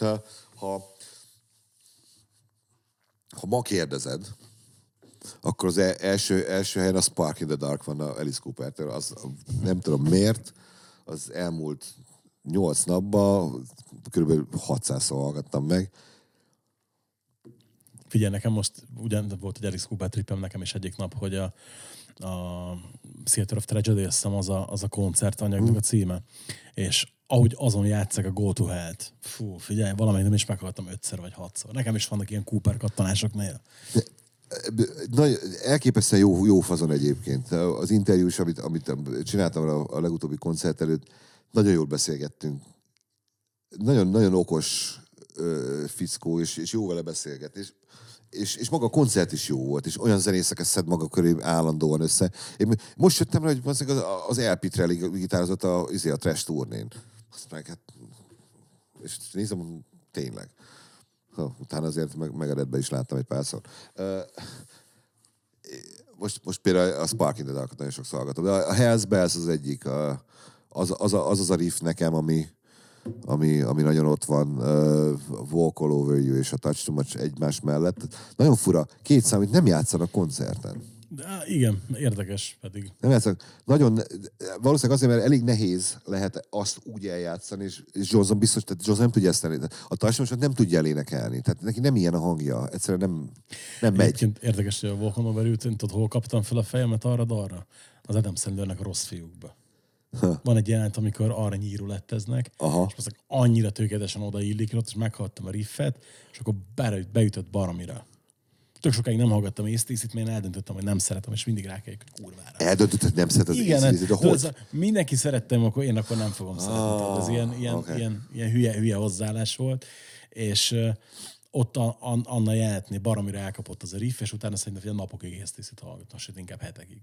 ha ma kérdezed, akkor az első helyen a Spark in the Dark van a Alice Cooper-től. Az, nem tudom miért, az elmúlt 8 napban kb. 600-szor hallgattam meg. Figyelj, nekem most ugyan volt egy Alice Cooper trippem nekem is egyik nap, hogy a Theater of Tragedy, azt hiszem az a koncertanyagnak a címe. És ahogy azon játsszák a Go to Hell-t, fú, figyelj, valamelyik nem is meghallgattam 5-szer vagy 6-szor. Nekem is vannak ilyen Cooper kattanások néha. Elképesztően jó fazon egyébként. Az interjú is, amit csináltam a legutóbbi koncert előtt, nagyon jól beszélgettünk. Nagyon okos fickó, és jó vele beszélget. És maga a koncert is jó volt, és olyan zenészeket szed maga köré állandóan össze. Én most jöttem rá, hogy az Elpitre gitározott a Trash turnén. Azt meg, hát, és nézem, tényleg. Utána azért megeredbe is láttam egy párszor. Most például a Spark in the Dark-ot nagyon sokszor hallgatom. De a Hells Bells az egyik, az a riff nekem, ami nagyon ott van, Walk All Over You és a Touch Too Much egymás mellett. Nagyon fura, két szám, amit nem játszanak koncerten. De, igen, érdekes pedig. Nem játszanak. Nagyon, valószínűleg azért, mert elég nehéz lehet azt úgy eljátszani, és Johnson biztos, tehát Johnson nem tudja ezt elénekelni. A Touch Too Much nem tudja elénekelni. Tehát neki nem ilyen a hangja. Egyszerűen nem megy. Egyébként érdekes, hogy a Walk On Over You-t, tudod, hol kaptam fel a fejemet arra? Az Adam Sandlernek a Rossz fiúkba. Van egy jelent, amikor arra nyíruletteznek, és aztán annyira tökéletesen odaillik, és meghallgattam a riffet, és akkor beütött baromira. Tök sokáig nem hallgattam ACDC-t, mert én eldöntöttem, hogy nem szeretem, és mindig rákelljük, hogy kurvára. Eldöntött, hogy nem szereted az ACDC-t, de hogy? mindenki szerettem, akkor én akkor nem fogom szeretni. Ez ilyen hülye hozzáállás volt, és ott Anna jelenetnél baromira elkapott az a riff, és utána szerintem hogy a napokig ACDC-t hallgattam, sőt inkább hetekig.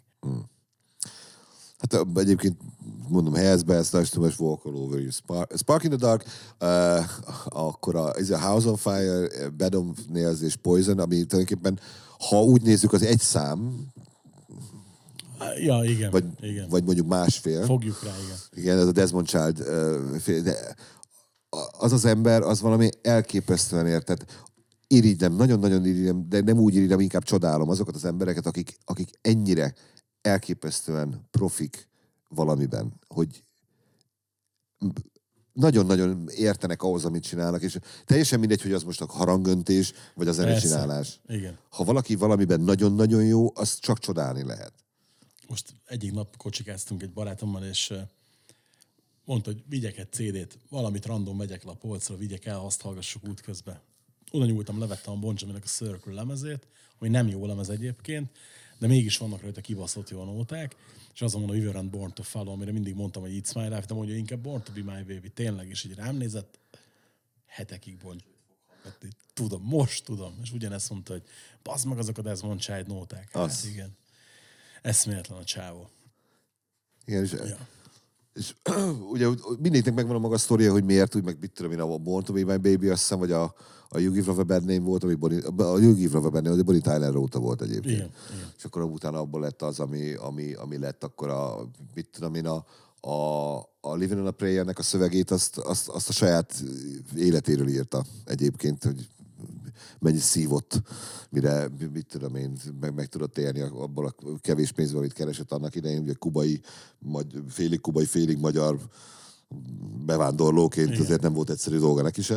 Hát egyébként mondom, Hell's Touch Too Much, Walk All Over You, Spark in the Dark, akkor a House on Fire, Bed of Nails és Poison, ami tulajdonképpen, ha úgy nézzük, az egy szám, ja, igen, vagy mondjuk másfél. Fogjuk rá, igen. Igen, ez a Desmond Child, de az ember, az valami elképesztően érted. Irigylem, nagyon-nagyon irigylem, de nem úgy irigylem, inkább csodálom azokat az embereket, akik ennyire elképesztően profik valamiben, hogy nagyon-nagyon értenek ahhoz, amit csinálnak, és teljesen mindegy, hogy az most a harangöntés, vagy a zenecsinálás. Igen. Ha valaki valamiben nagyon-nagyon jó, az csak csodálni lehet. Most egyik nap kocsikáztunk egy barátommal, és mondta, hogy vigyek egy CD-t, valamit random megyek le a polcra, vigyek el, azt hallgassuk útközben. Oda nyúltam, levettem a Bon Jovi-nek a Circle lemezét, ami nem jó lemez egyébként, de mégis vannak rajta kibaszott jó nóták, és azon van a We Weren't Born to Follow, amire mindig mondtam, hogy It's My Life, de mondja inkább Born to Be My Baby, tényleg, és így rám nézett, hetekig Bon Jovi. Tudom, most tudom, és ugyanezt mondta, hogy bazd meg azok a Desmond Child nóták. Hát igen. Eszméletlen a csávó. Igen, és ugye mindegyiknek megvan a maga sztoria, hogy miért, úgy meg mit tudom én, a Born to Be My Baby, azt hiszem, vagy a You Give Love a Bad Name volt, a You Give Love a Bad Name, hogy Bonnie Tyler óta volt egyébként. Igen. És akkor utána abból lett az, ami lett akkor mit tudom én, a Living on a Prayer-nek a szövegét, azt a saját életéről írta egyébként, hogy mennyit szívott, mire, mit tudom én, meg tudott élni abból a kevés pénzből, amit keresett annak idején, ugye félig kubai, félig magyar bevándorlóként, azért nem volt egyszerű dolga neki se.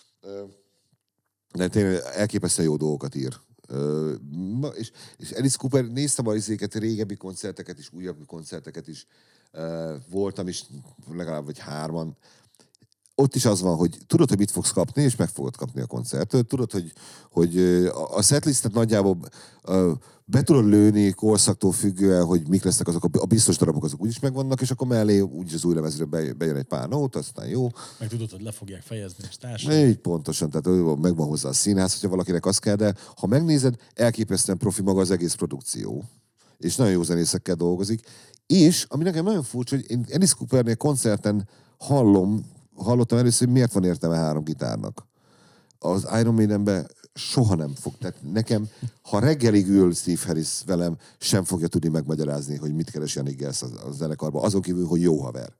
De tényleg elképesztően jó dolgokat ír. És Alice Cooper, néztem a régebbi koncerteket is, újabb koncerteket is, voltam is legalább vagy 3. Ott is az van, hogy tudod, hogy mit fogsz kapni, és meg fogod kapni a koncertet. Tudod, hogy a setlistet nagyjából be tudod lőni korszaktól függően, hogy mik lesznek azok a biztos darabok, azok úgyis megvannak, és akkor mellé úgyis az új lemezre bejön egy pár nót, aztán jó. Meg tudod, hogy le fogják fejezni, és társadalmi. Így pontosan, tehát megvan hozzá a színház, hogyha valakinek az kell, de ha megnézed, elképesztően profi maga az egész produkció. És nagyon jó zenészekkel dolgozik. És, ami nekem nagyon furcsa, hogy én Alice Coopernél koncerten hallottam először, hogy miért van értelme 3 gitárnak. Az Iron Maidenben soha nem fog. Tehát nekem, ha reggelig ül Steve Harris velem, sem fogja tudni megmagyarázni, hogy mit keres Yannick Gers a zenekarban. Azon kívül, hogy jó haver.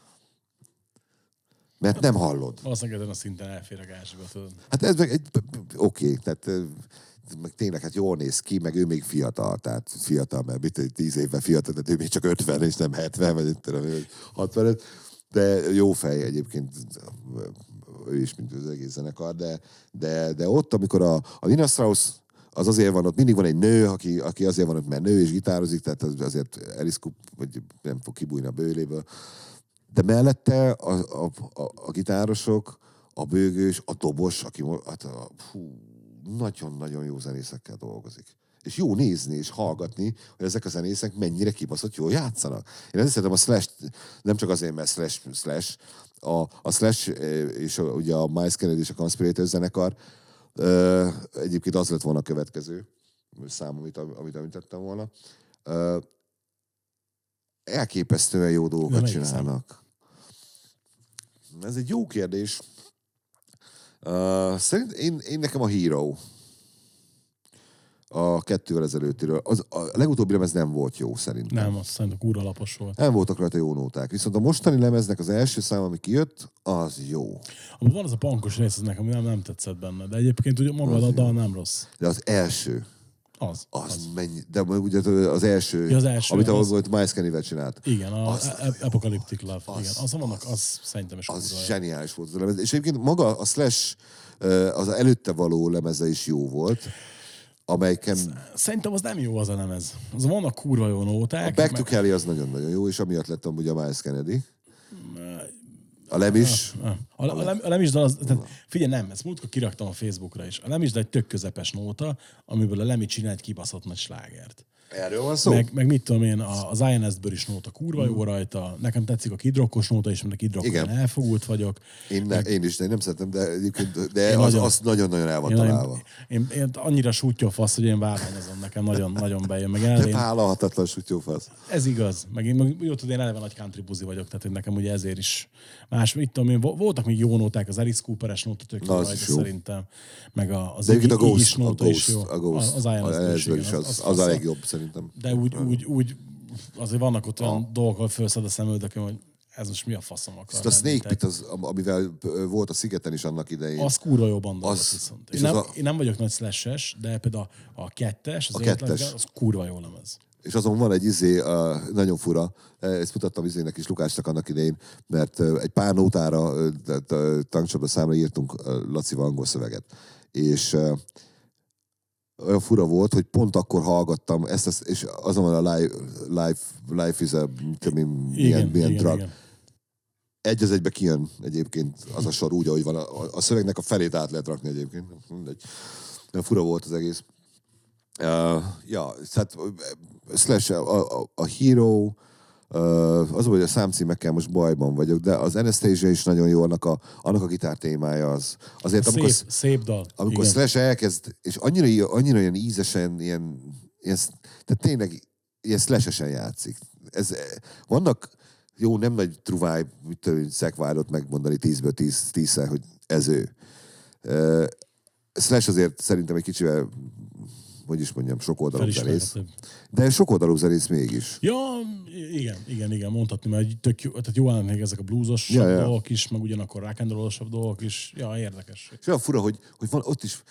Mert nem hallod. Valószínűleg ezen a szinten elfér a gázsiba, tudod. Hát ez meg oké, tehát meg tényleg hát jól néz ki, meg ő még fiatal, tehát fiatal, mert 10 évvel fiatal, tehát ő még csak 50 és nem 70, vagy 65. De jó fej egyébként, ő is, mint az egész zenekar, de ott, amikor a Nina Strauss, az azért van ott, mindig van egy nő, aki azért van ott, mert nő és gitározik, tehát azért Alice Cooper, vagy nem fog kibújni a bőléből. De mellette a gitárosok, a bőgős, a dobos, aki nagyon-nagyon jó zenészekkel dolgozik. És jó nézni és hallgatni, hogy ezek a zenészek mennyire kibaszott jól játszanak. Én ezért szeretem a Slash, nem csak azért, mert Slash, a Slash és ugye a Miles Kennedy és a Conspirator zenekar egyébként az lett volna a következő szám, amit említettem volna. Elképesztően jó dolgokat csinálnak. Ez egy jó kérdés. Szerint én nekem a Hero. a 2-vel ezelőttiről. A legutóbbi lemez nem volt jó szerintem. Nem, azt szerintem kurva alapos volt. Nem voltak rajta jó nóták. Viszont a mostani lemeznek az első szám, ami kijött, az jó. Van az a pankos rész, az nekem nem tetszett benne, de egyébként ugye maga a dal nem rossz. De az első, Az. mennyi, de ugye az első, Ja, az első, amit az... volt Miles Kennedy-vel csinált. Igen, Apocalyptic Love. Igen, az szerintem is Az kurva. zseniális volt az a lemez. És egyébként maga a Slash az előtte való lemeze is jó volt, amelyiken... Szerintem az nem jó az a lemez. Az vannak kurva jó nóták. A Back to Kelly az nagyon-nagyon jó, és amiatt lettem ugye a Miles Kennedy. A Lemis. A Lemis dal az, tehát figyelj, nem, ezt múltkor kiraktam a Facebookra is. A Lemis dal egy tök közepes nóta, amiből a Lemmy csinál egy kibaszott nagy slágert. Erről van szó? Meg mit tudom én, az INS-ből is nóta kurva jó rajta. Nekem tetszik a Kid Rock-os nóta is, mert a Kid Rock-on elfogult vagyok. Én is, de nem szeretem, de az nagyon-nagyon el van találva. Én annyira sútyófasz, hogy én várványozom, nekem nagyon bejön. Meg vállalhatatlan sútyófasz. Ez igaz. Meg jó tudom, én eleve nagy country buzi vagyok, tehát hogy nekem ugye ezért is más. Mit tudom én, voltak még jó nóták, az Alice Cooper-es nóta tök jó rajta szerintem. Meg az Iggy nóta is jó. Az INS-ből is, az a legjobb szerintem. De úgy azért vannak ott olyan dolgok, hogy felszed a szemöldököm, hogy ez most mi a faszom akar. Ezt a Snake Pit, amivel volt a Szigeten is annak idején. Az kurva jó banda volt viszont. Én nem vagyok nagy Slash-es, de például a kettes, az kurva jó lemez. És azon van egy nagyon fura, ezt mutattam izének is Lukásnak annak idején, mert egy pár nótára, tankcsapda számra írtunk Lacival angol szöveget. És olyan fura volt, hogy pont akkor hallgattam ezt és azon van a Life is a milyen drug. Igen. Egy az egybe kijön egyébként az a sor úgy, ahogy van. A szövegnek a felét át lehet rakni egyébként. Olyan fura volt az egész. Tehát Slash, a Hero, az, hogy a számcímekkel most bajban vagyok, de az Anastasia is nagyon jó, annak a gitár témája az. Azért, szép dal. Amikor Slash elkezd, és annyira ilyen ízesen, ilyen, tehát tényleg ilyen Slash-esen játszik. Vannak jó, nem nagy truváj, mit tudom, Zack Wild-ot megmondani 10-ből 10-szer, hogy ez ő. Slash azért szerintem egy kicsivel, hogy is mondjam, sokoldalú zenész. De sokoldalú zenész mégis. Ja, igen, mondhatni, mert tök jó, tehát jó állnak még ezek a bluesos dolgok is, meg ugyanakkor rock and roll-osabb dolgok is. Ja, érdekes. És olyan fura, hogy van ott is...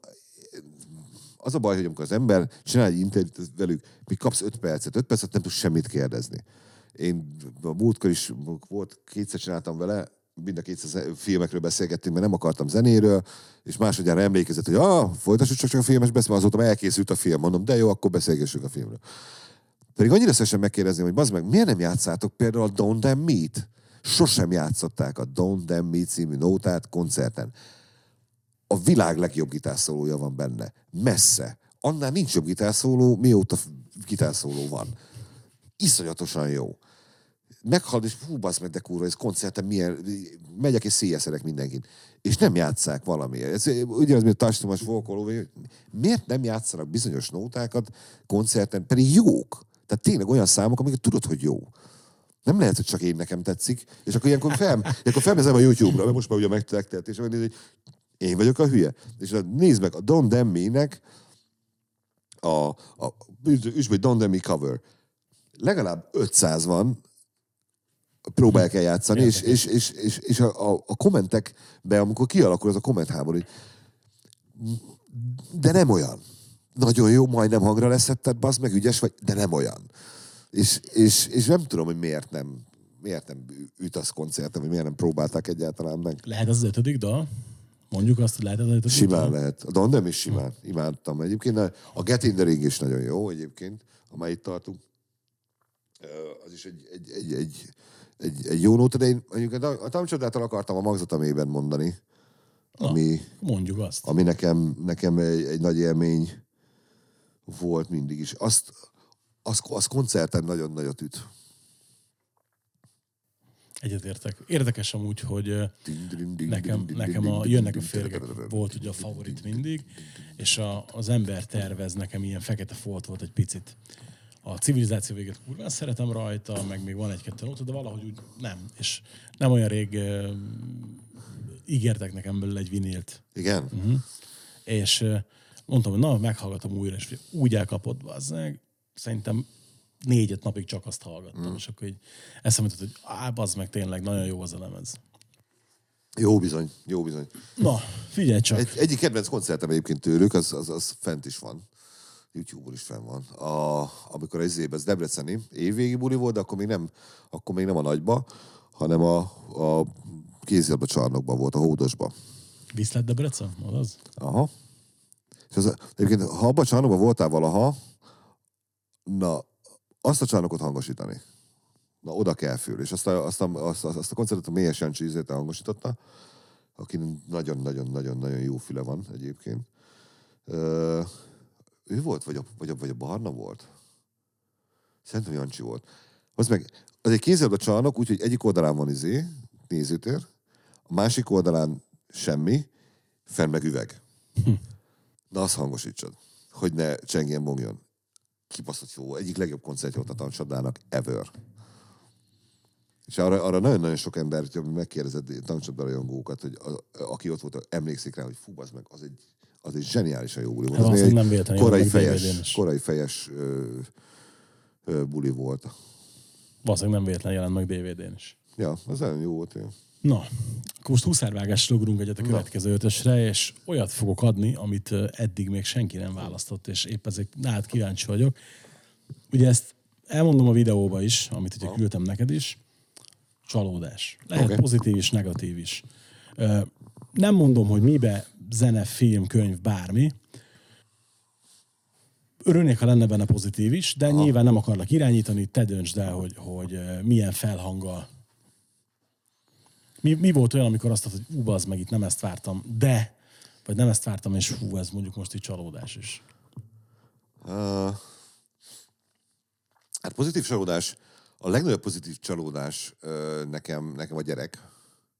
Az a baj, hogy amikor az ember csinál egy interjút velük, még kapsz 5 percet nem tudsz semmit kérdezni. Én a múltkor is kétszer csináltam vele, mind a kétszer filmekről beszélgettünk, mert nem akartam zenéről, és másodjára emlékezett, hogy folytassuk csak a filmes beszélni, azóta elkészült a film. Mondom, de jó, akkor beszélgessünk a filmről. Pedig annyira szívesen megkérdezném, hogy bazd meg, miért nem játszátok például a Don't Damn Meat? Sosem játszották a Don't Damn Meat című nótát koncerten. A világ legjobb gitárszólója van benne. Messze. Annál nincs jobb gitárszóló, mióta gitárszóló van. Iszonyatosan jó. Meghallod, és hú, bassz meg, de kurva, ez koncerten milyen, megyek és széjjelszerek mindenkit. És nem játsszák valami. Ez ugyanaz, mint a Társadalmas Folkoló, miért nem játszanak bizonyos nótákat koncerten, pedig jók. Tehát tényleg olyan számok, amiket tudod, hogy jó. Nem lehet, hogy csak én nekem tetszik, és akkor ilyenkor felmezem a YouTube-ra, mert most már ugye megtelt, és megnézni, hogy én vagyok a hülye. És nézd meg, a Don't Damn Me-nek üsd Don't Damn Me cover. Legalább 500 van, próbálják eljátszani, és a kommentekben, amikor kialakul az a kommentháború, hogy de nem olyan. Nagyon jó, majdnem hangra leszetted, bassz, meg ügyes vagy, de nem olyan. És nem tudom, hogy miért nem üt az koncerten, vagy miért nem próbálták egyáltalán meg. Lehet az 5. dal? Mondjuk azt, hogy lehet az 5. dal? Simán lehet. A Don nem is simán. Imádtam. Egyébként a Get in the Ring is nagyon jó egyébként, amely itt tartunk. Az is egy jó nóta, de én mondjuk a Tankcsapdától akartam a Magzatamében mondani. Mondjuk azt. Ami nekem egy nagy élmény volt mindig is. Az koncerten nagyon nagyot üt. Egyetértek. Érdekes amúgy, hogy nekem a Jönnek a férgek volt ugye a favorit mindig, és az Ember tervez nekem ilyen fekete folt volt egy picit. A Civilizáció véget kurván szeretem rajta, meg még van egy-kettő nóta, de valahogy úgy nem. És nem olyan rég ígértek nekem belőle egy vinilt. Igen? Uh-huh. És mondtam, hogy na, meghallgatom újra, és úgy elkapott, bazzeg. Szerintem 4-5 napig csak azt hallgattam, és akkor így eszembe jutott, hogy bazd meg, tényleg nagyon jó az a lemez. Jó bizony, jó bizony. Na, figyelj csak. Egyik kedvenc koncertem egyébként tőlük, az fent is van. YouTube-on is fenn van. Amikor ez debreceni évvégi buli volt, de akkor még nem a nagyba, hanem a kézilabda csarnokban volt, a Hódosban. Viszlát Debrecen? Az? Aha. És egyébként, ha abban a csarnokban voltál valaha, na, azt a csarnokot hangosítani. Na, oda kell fül. És azt a koncertet a Mélyes Jancsi Izéte hangosította, aki nagyon-nagyon-nagyon jó füle van egyébként. Ő volt, vagy a Barna volt? Szerintem Jancsi volt. Az egy kézilabda csarnok, úgyhogy egyik oldalán van nézőtér, a másik oldalán semmi, fenn meg üveg. Na, azt hangosítsad, hogy ne csengjen, bongjon. Kibaszott jó. Egyik legjobb koncertje volt a Tankcsapdának ever. És arra nagyon-nagyon sok ember megkérdezett Tankcsapda rajongókat, hogy aki ott volt, emlékszik rá, hogy fú, az egy zseniálisan jó buli volt. Az nem véletlenül korai fejes buli volt. Valószínűleg nem véletlenül jelent meg DVD-n is. Ja, az nagyon jó volt. Jó. Na, akkor most huszárvágásra ugrunk egyet a következő ötösre, és olyat fogok adni, amit eddig még senki nem választott, és épp ezért nálad kíváncsi vagyok. Ugye ezt elmondom a videóba is, amit ugye küldtem neked is. Csalódás. Lehet pozitív is, negatív is. Nem mondom, hogy mibe zene, film, könyv, bármi. Örülnék, ha lenne benne pozitív is, de nyilván nem akarlak irányítani, te döntsd el, hogy milyen felhanggal. Mi volt olyan, amikor azt mondtad, hogy az meg itt nem ezt vártam, vagy nem ezt vártam, és ez mondjuk most így csalódás is. Hát pozitív csalódás, a legnagyobb pozitív csalódás nekem a gyerek.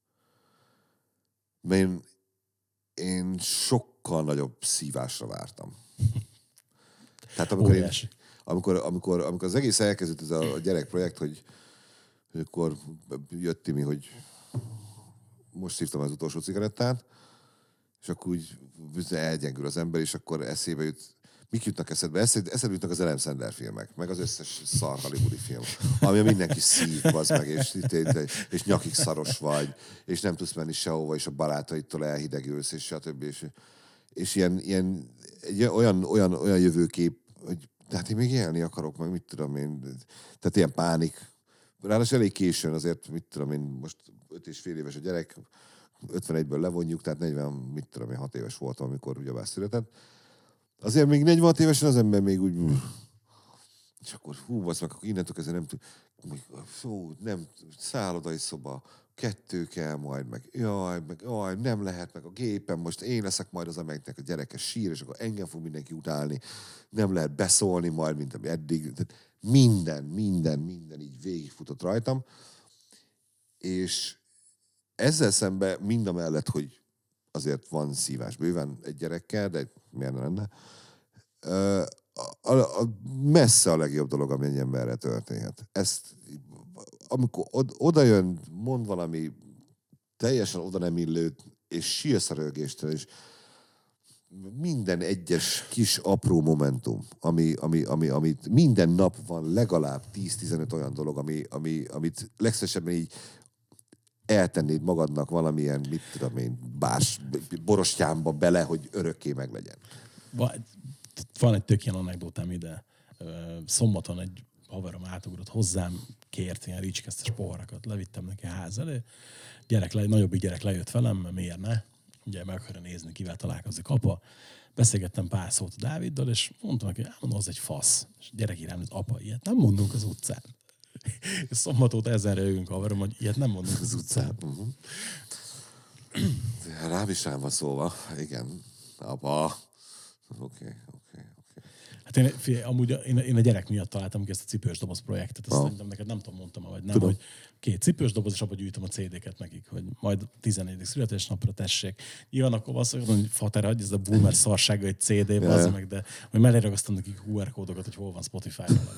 Mert én sokkal nagyobb szívásra vártam. Tehát amikor az egész elkezdődött ez a gyerekprojekt, hogy akkor jött Timi, hogy most szívtam az utolsó cigarettát, és akkor úgy elgyengül az ember, és akkor eszébe jut. Mik jutnak eszedbe? Eszedbe jutnak az Adam Sandler filmek, meg az összes szar hollywoodi film, ami mindenki szív, az meg, és nyakig szaros vagy, és nem tudsz menni sehova, és a barátaidtól elhidegülsz, és stb. És ilyen olyan jövőkép, hogy hát én még élni akarok, meg mit tudom én. Tehát ilyen pánik. Ráadásul elég későn azért, mit tudom én, most 5,5 éves a gyerek, 51-ből levonjuk, tehát 6 éves voltam, amikor ugyebár született. Azért még 46 évesen az ember még úgy... És akkor az meg, akkor innentől kezdve nem szállodai szoba, 2 kell majd, meg jaj, nem lehet, meg a gépen, most én leszek majd az, amelyiknek a gyereke sír, és akkor engem fog mindenki utálni, nem lehet beszólni majd, mint ami eddig. Tehát minden így végigfutott rajtam. És ezzel szemben mind a mellett, hogy azért van szívás bőven egy gyerekkel, de miért nem lenne, messze a legjobb dolog, ami egy emberre történhet. Ezt, amikor oda jön, mond valami teljesen oda nem illő, és sírsz a rögéstől, és minden egyes kis apró momentum, amit minden nap van legalább 10-15 olyan dolog, amit legszívesebben így eltennéd magadnak valamilyen, mit tudom én, borostyánba bele, hogy örökké meglegyen. Van egy tök ilyen anekdotám ide. Szombaton egy haverom átugrott hozzám, kért ilyen ricskesztes poharakat, levittem neki a ház elé. Nagyobbik gyerek lejött velem, miért ne? Ugye meg akarja nézni, kivel találkozik apa. Beszélgettem pár szót a Dáviddal, és mondtam neki, mondom, az egy fasz. És gyerek irányít, apa, ilyet nem mondunk az utcán. És szombaton ezzel rögünk haverom, hogy ilyet nem mondunk az utcán. Rám is rám van szóval, igen. Apa. Oké. Hát én a gyerek miatt találtam ki ezt a cipős doboz projektet. Ezt szerintem neked nem tudom, mondtam, vagy nem, tudom. Hogy 2 cipős doboz, és abba gyűjtöm a CD-ket nekik, hogy majd 14. születésnapra tessék. Nyilván akkor azt mondom, hogy fater, adj ez a boomer szarsága egy CD-be, az meg, de hogy mellé ragasztom nekik QR kódokat, hogy hol van Spotify-on.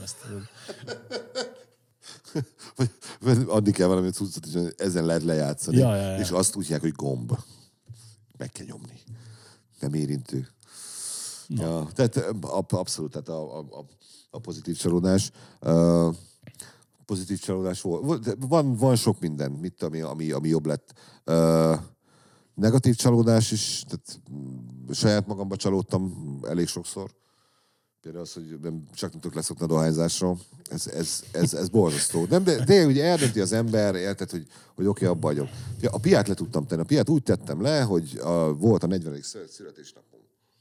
Vagy adni kell valami cuccot, és ezen lehet lejátszani. Ja. És azt úgy hívják, hogy gomb. Meg kell nyomni. Nem érintő. Ja, tehát abszolút, tehát a pozitív csalódás. Pozitív csalódás volt. Van sok minden, mit ami jobb lett. Negatív csalódás is, tehát saját magamba csalódtam elég sokszor. Például az, hogy csak nem tudok leszokni a dohányzásról. Ez borzasztó. Nem, de ugye eldönti az ember, érted, hogy oké, abba vagyok. A piát le tudtam tenni. A piát úgy tettem le, hogy volt a 40. születésnapom.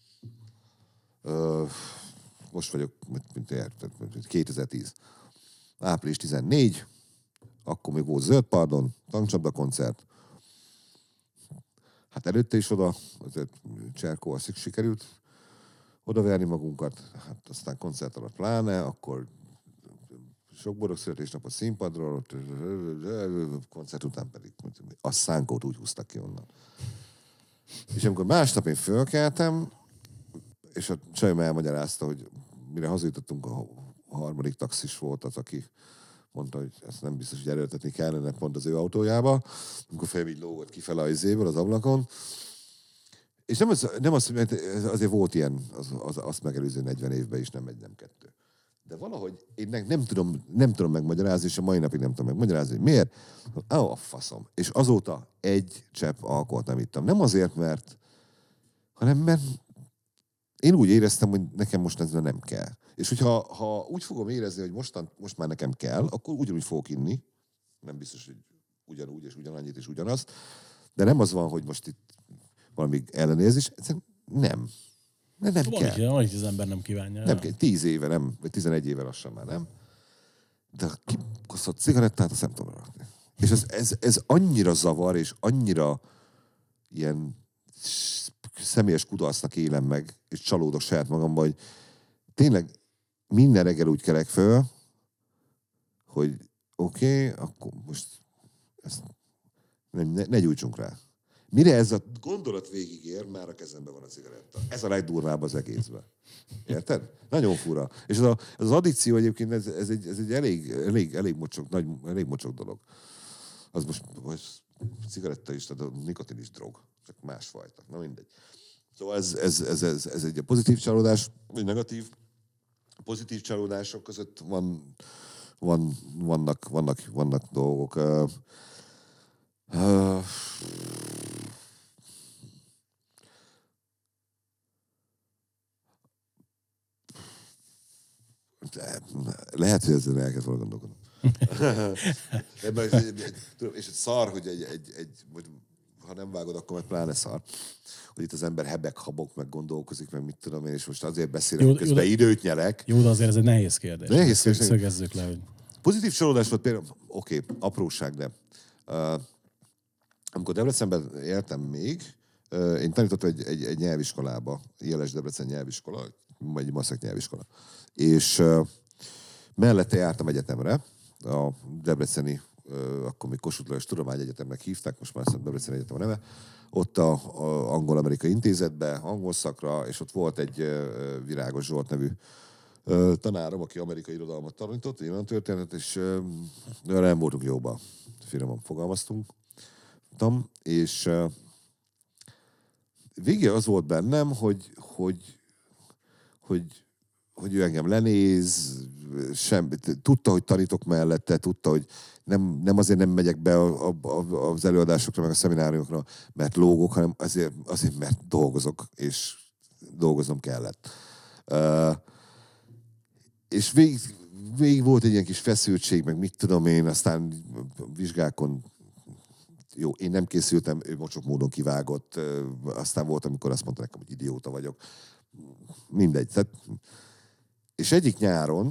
Most vagyok, mint 2010. Április 14, akkor még volt Zöld Pardon, tankcsapda koncert. Hát előtte is oda, Cserkóval sikerült odaverni magunkat, hát aztán koncert alatt pláne, akkor sok boldog születésnap a színpadról, koncert után pedig a szánkót úgy húztak ki onnan. És amikor másnap én fölkeltem, és a csajom elmagyarázta, hogy mire hazajutottunk, a harmadik taxis volt az, aki mondta, hogy ezt nem biztos, hogy erőltetni kellene pont az ő autójába, amikor fejem így lógott kifele az izéből, az ablakon. És nem az, mert azért volt ilyen, azt megelőző 40 évben is, nem egy, nem kettő. De valahogy én nem tudom megmagyarázni, és a mai napig nem tudom megmagyarázni, hogy miért. A faszom. És azóta egy csepp alkoholt nem ittam. Nem azért, hanem mert én úgy éreztem, hogy nekem most ez nem kell. És hogyha úgy fogom érezni, hogy most már nekem kell, akkor ugyanúgy fogok inni. Nem biztos, hogy ugyanúgy és ugyanannyit és ugyanazt. De nem az van, hogy most itt valami ellenérzés. Nem. Nem kell. Van, az ember nem kívánja. Nem kell. 10 éve nem, vagy 11 éve lassan már nem. De kikosztott cigarettát, azt nem tudom rakni. És ez annyira zavar, és annyira ilyen személyes kudarcnak élem meg, és csalódok saját magamban, hogy tényleg minden reggel úgy kelek föl, hogy oké, akkor most ezt ne gyújtsunk rá. Mire ez a gondolat végigér, már a kezemben van a cigaretta. Ez a legdurvább az egészben. Érted? Nagyon fura. És ez az addikció egyébként, ez egy elég mocsok dolog. Az most cigaretta is, tehát a nikotin is drog, csak másfajta. Na mindegy. Szóval ez egy pozitív csalódás, vagy negatív. A pozitív csalódások között vannak dolgok. Lehet, hogy ezzel el kell volna gondolkodnom. És egy szar, hogy ha nem vágod, akkor meg pláne szar. Hogy itt az ember hebek-habok, meg gondolkozik, meg mit tudom én, és most azért beszélek, közben időt nyelek. Jó, de azért ez egy nehéz kérdés. Nehéz kérdés. Szögezzük le, hogy... Pozitív csalódás volt például, apróság, de amikor Debrecenben éltem még, én tanítottam egy nyelviskolába, Jeles Debrecen nyelviskola, vagy egy maszek nyelviskola. És mellette jártam egyetemre, a debreceni, akkor még Kossuth Lajos Tudományegyetemnek hívták, most már azt Debreceni Egyetem a neve, ott a Angol-Amerikai Intézetbe, angol szakra, és ott volt egy Virágos Zsolt nevű tanárom, aki amerikai irodalmat tanított, innen történetet, és nem voltunk jóba, finoman fogalmaztunk. És végig az volt bennem, hogy ő engem lenéz, tudta, hogy tanítok mellette, tudta, hogy nem azért nem megyek be az előadásokra, meg a szemináriumokra, mert lógok, hanem azért mert dolgozok, és dolgoznom kellett. És végig volt egy ilyen kis feszültség, meg mit tudom én, aztán vizsgákon, jó, én nem készültem, ő mocsok módon kivágott, aztán volt, amikor azt mondta nekem, hogy idióta vagyok. Mindegy. Tehát, és egyik nyáron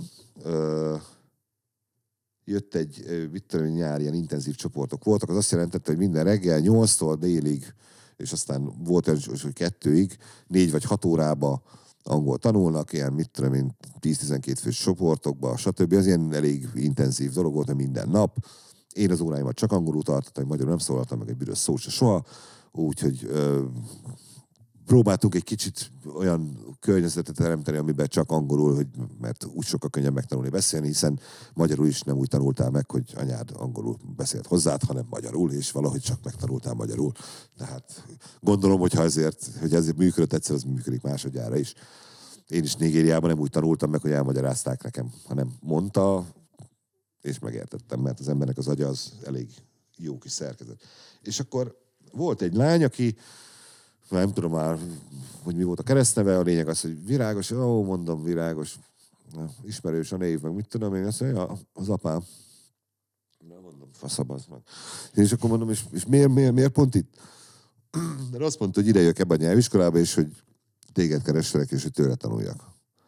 jött egy nyár, ilyen intenzív csoportok voltak, az azt jelentette, hogy minden reggel 8-tól délig, és aztán volt, hogy 2-ig, 4 vagy 6 órába angol tanulnak, ilyen, mit tudom én, 10-12 fős csoportokba, stb. Az ilyen elég intenzív dolog volt, minden nap. Én az óráimat csak angolul tartottam, magyarul nem szólaltam meg egy büdös szót se soha, úgyhogy próbáltunk egy kicsit olyan környezetet teremteni, amiben csak angolul, hogy, mert úgy sokkal könnyebb megtanulni beszélni, hiszen magyarul is nem úgy tanultál meg, hogy anyád angolul beszélt hozzád, hanem magyarul, és valahogy csak megtanultál magyarul. Tehát gondolom, hogy ezért működött egyszer, az működik másodjára is. Én is Nigériában nem úgy tanultam meg, hogy elmagyarázták nekem, hanem mondta, és megértettem, mert az embernek az agya az elég jó kis szerkezet. És akkor volt egy lány, aki, nem tudom már, hogy mi volt a keresztneve, a lényeg az, hogy Virágos, mondom, Virágos, ismerős a név, meg mit tudom én, azt mondja, az apám. Nem mondom, faszab az meg. És akkor mondom, és miért pont itt? Mert azt mondta, hogy ide jövök ebbe a nyelviskolába, és hogy téged keresselek, és hogy tőle tanuljak.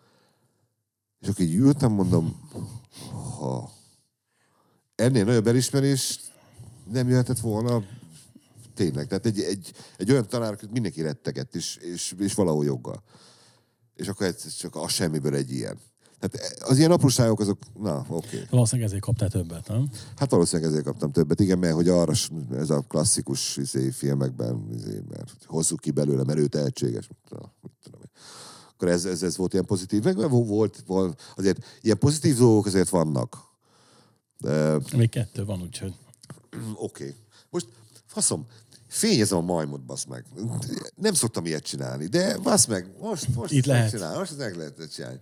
És akkor így ültem, mondom, ha ennél nagyobb elismerés nem jöhetett volna tényleg. Tehát egy olyan tanár, hogy mindenki rettegett, és valahol joggal. És akkor ez csak a semmiből egy ilyen. Tehát az ilyen apróságok azok, na, oké. Valószínűleg ezért kaptál többet, nem? Hát valószínűleg ezért kaptam többet, igen, mert hogy arra ez a klasszikus filmekben, mert hozzuk ki belőle, mert ő tehetséges. Mit tudom én. Akkor ez volt ilyen pozitív, meg volt azért ilyen pozitív dolgok azért vannak. De... Még 2 van, úgyhogy. Oké. Most faszom, fényezem a majmot, basz meg. Nem szoktam ilyet csinálni, de basz meg, most itt lehet. Csinálni, most meg lehet csinálni.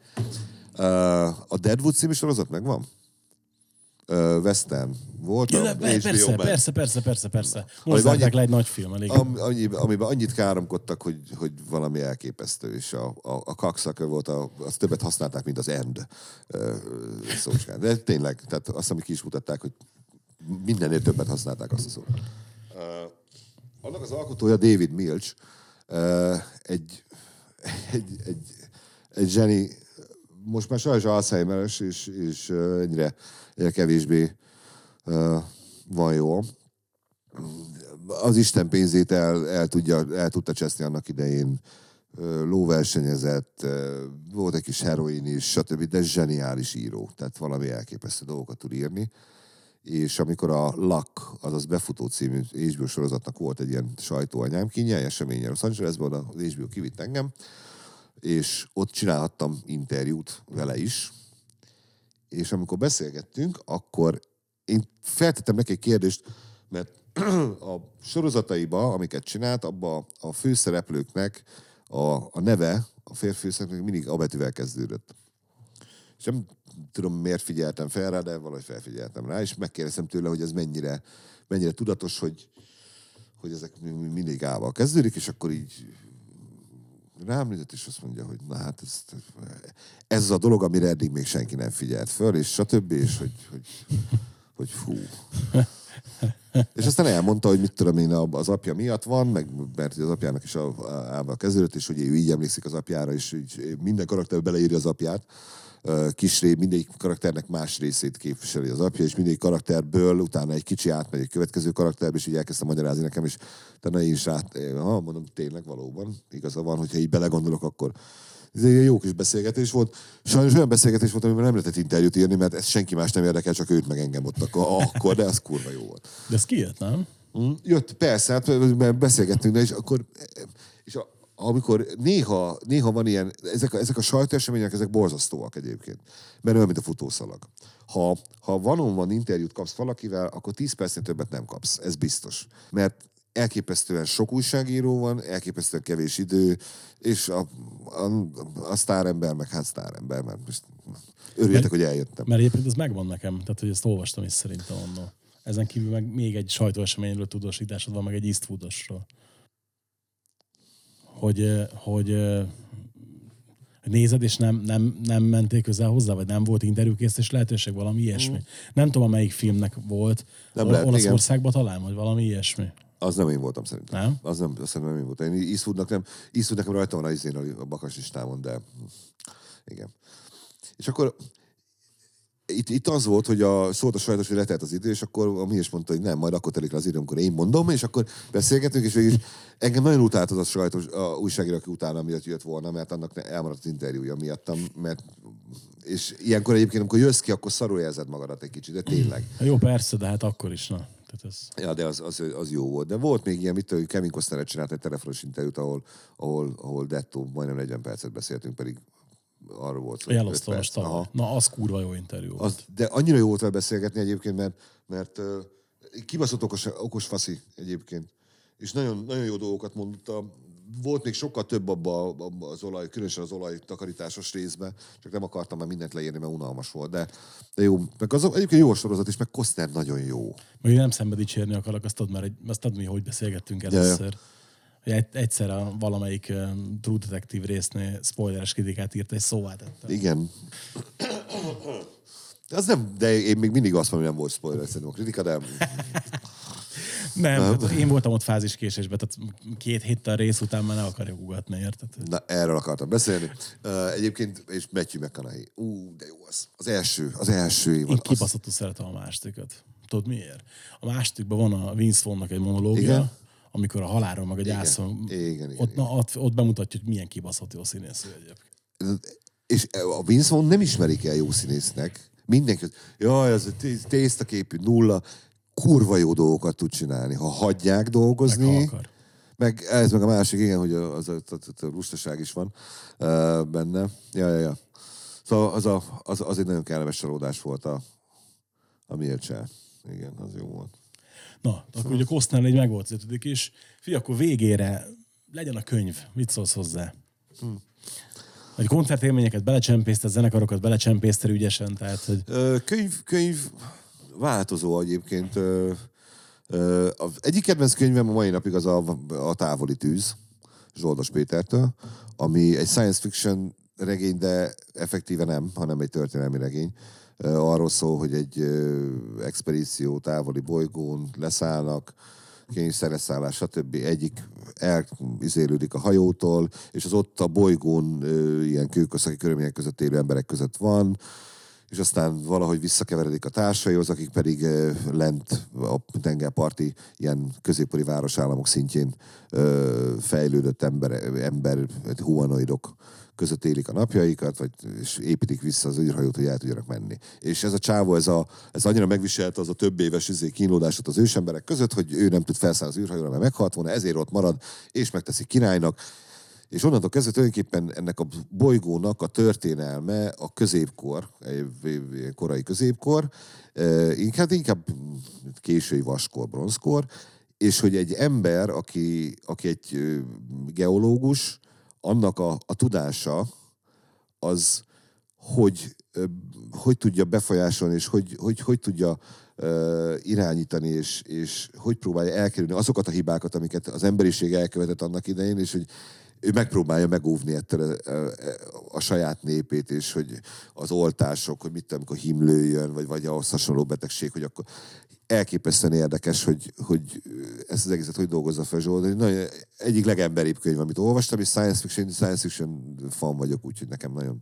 A Deadwood című sorozat megvan? Western volt? Ja, persze. Most zárták le egy nagy film, elég. Amiben annyit káromkodtak, hogy valami elképesztő, és a cocksucker volt, azt többet használták, mint az end szócskán. De tényleg, tehát azt, amit ki is mutatták, hogy mindennél többet használták azt a szót. Annak az alkotója David Milch, egy zseni, most már sajnos Alzheimer-es, és egyre kevésbé van jó. Az Isten pénzét el tudta cseszni annak idején. Lóversenyezett, volt egy kis heroin is, stb., de zseniális író. Tehát valami elképesztő dolgokat tud írni. És amikor a Luck, azaz Befutó című HBO sorozatnak volt egy ilyen sajtóanyámkínje, eseményen Los Angelesben, az HBO kivitt engem, és ott csinálhattam interjút vele is, és amikor beszélgettünk, akkor én feltettem neki egy kérdést, mert a sorozataiba, amiket csinált, abban a főszereplőknek a neve, a férfi főszereplőknek mindig A betűvel kezdődött. És nem tudom, miért figyeltem fel rá, de valahogy felfigyeltem rá, és megkérdeztem tőle, hogy ez mennyire tudatos, hogy ezek mindig A-val kezdődik, és akkor így rám nézett, és azt mondja, hogy na hát ez az a dolog, amire eddig még senki nem figyelt föl, és stb., és hogy fú. És aztán elmondta, hogy mit tudom én, az apja miatt van, meg mert az apjának is A-val kezdődött, és hogy ő így emlékszik az apjára, és minden karakter beleírja az apját, mindegyik karakternek más részét képviseli az apja, és mindegyik karakterből utána egy kicsi átmegy egy következő karakterbe, és így elkezdtem magyarázni nekem, és utána én is mondom, tényleg valóban igaza van, hogyha így belegondolok, akkor ez egy jó kis beszélgetés volt. Sajnos olyan beszélgetés volt, amiben nem lehetett interjút írni, mert ez senki más nem érdekel, csak őt meg engem ott akkor, de az kurva jó volt. De ez kijött, nem? Jött, persze, hát beszélgettünk, de és akkor... Amikor néha van ilyen, ezek a sajtóesemények, ezek borzasztóak egyébként. Mert olyan, mint a futószalag. Ha van interjút kapsz valakivel, akkor 10 percnél többet nem kapsz. Ez biztos. Mert elképesztően sok újságíró van, elképesztően kevés idő, és a sztárember, meg hát sztárember, mert most örüljetek, hogy eljöttem. Mert egyébként ez megvan nekem, tehát hogy ezt olvastam is szerintem onnan. Ezen kívül meg még egy sajtóeseményről tudósításod van, meg egy Eastwoodosról. Hogy nézed, és nem mentél közel hozzá, vagy nem volt interjúkészítés lehetőség, valami ilyesmi. Nem tudom, melyik filmnek volt. Olaszországban talán, vagy valami ilyesmi. Az nem én voltam szerintem. Nem? Azt szerintem nem én voltam. Eastwood nekem rajta van a bakas listámon, de igen. És akkor itt az volt, hogy szólt a sajtos, hogy letelt az idő, és akkor a Miés mondta, hogy nem, majd akkor telik le az idő, amikor én mondom, és akkor beszélgetünk, és végül is engem nagyon utált az a sajtos újságíró, aki utána miatt jött volna, mert annak elmaradt az interjúja miattam, és ilyenkor egyébként, amikor jössz ki, akkor szarul érzed magadat egy kicsit, de tényleg. Jó, persze, de hát akkor is, na. Tehát ez... Ja, de az jó volt. De volt még ilyen, mit Kevin Costner csinált egy telefonos interjút, ahol dettó majdnem 40 percet beszéltünk, pedig arról volt szó. Yellowstone-os tavaly. Na, az kurva jó interjú volt. De annyira jó volt vele beszélgetni egyébként, mert kibaszott okos faszi egyébként. És nagyon, nagyon jó dolgokat mondta. Volt még sokkal több abba az olaj, különösen az olajtakarításos részben, csak nem akartam már mindent leírni, mert unalmas volt. De jó. Meg az egyébként jó a sorozat is, meg Costner nagyon jó. Még nem szembe dicsérni akarok, azt tudod, hogy beszélgettünk először. Ja. Egyszer valamelyik True Detective résznél spoileres kritikát írt, egy szóvá tettem. Igen. Az nem, de én még mindig azt mondom, hogy nem volt spoiler, szerintem a kritika, de... Nem, tehát én voltam ott fáziskésésben, tehát 2 héttel rész után már ne akarjuk ugatni, érted? Na, erről akartam beszélni. Egyébként, és Matthew McConaughey. De jó az. Az első évad. Én kibaszottul szeretem a másodikat. Tudod miért? A másodikban van a Vince Vaughn-nak egy monológia, igen? Amikor a halálról meg a gyászon, igen. Ott bemutatja, hogy milyen kibaszott jó színész egyébként. És a Vince Vaughn nem ismerik el jó színésznek. Mindenki, jaj, ez a tésztaképű nulla, kurva jó dolgokat tud csinálni. Ha hagyják dolgozni, meg ez meg a másik, igen, hogy az a lustaság is van benne. Ja. Szóval az egy nagyon kellemes csalódás volt a Mircea. Igen, az jó volt. Na, akkor ugye Costner így meg volt az 5. is. Akkor végére legyen a könyv. Mit szólsz hozzá? Vagy koncertélményeket belecsempészted, zenekarokat belecsempészted ügyesen, tehát... Hogy... Könyv változó egyébként. Az egyik kedvenc könyvem a mai napig az a Távoli tűz, Zsoldos Pétertől, ami egy science fiction regény, de effektíve nem, hanem egy történelmi regény. Arról szól, hogy egy expedíció távoli bolygón leszállnak, kényszerleszállás, stb. Egyik elizélődik a hajótól, és az ott a bolygón ilyen kőkorszaki körülmények között élő emberek között van, és aztán valahogy visszakeveredik a társaihoz, akik pedig lent a tengerparti ilyen középkori városállamok szintjén fejlődött ember humanoidok között élik a napjaikat, és építik vissza az űrhajót, hogy el tudjanak menni. És ez a csávó, ez annyira megviselte az a több éves kínlódásot az ősemberek között, hogy ő nem tud felszállni az űrhajóra, mert meghalt volna, ezért ott marad, és megteszi királynak. És onnantól kezdve tulajdonképpen ennek a bolygónak a történelme a középkor, korai középkor, inkább késői vaskor, bronzkor, és hogy egy ember, aki egy geológus, annak a tudása az, hogy tudja befolyásolni, és hogy tudja irányítani, és hogy próbálja elkerülni azokat a hibákat, amiket az emberiség elkövetett annak idején, és hogy ő megpróbálja megóvni ettől a saját népét, és hogy az oltások, hogy mit tudom, amikor himlő jön, vagy ahhoz hasonló betegség, hogy akkor elképesztően érdekes, hogy ezt az egészet hogy dolgozza fel Zsolt. Egyik legemberibb könyv, amit olvastam, és science fiction fan vagyok, úgyhogy nekem nagyon,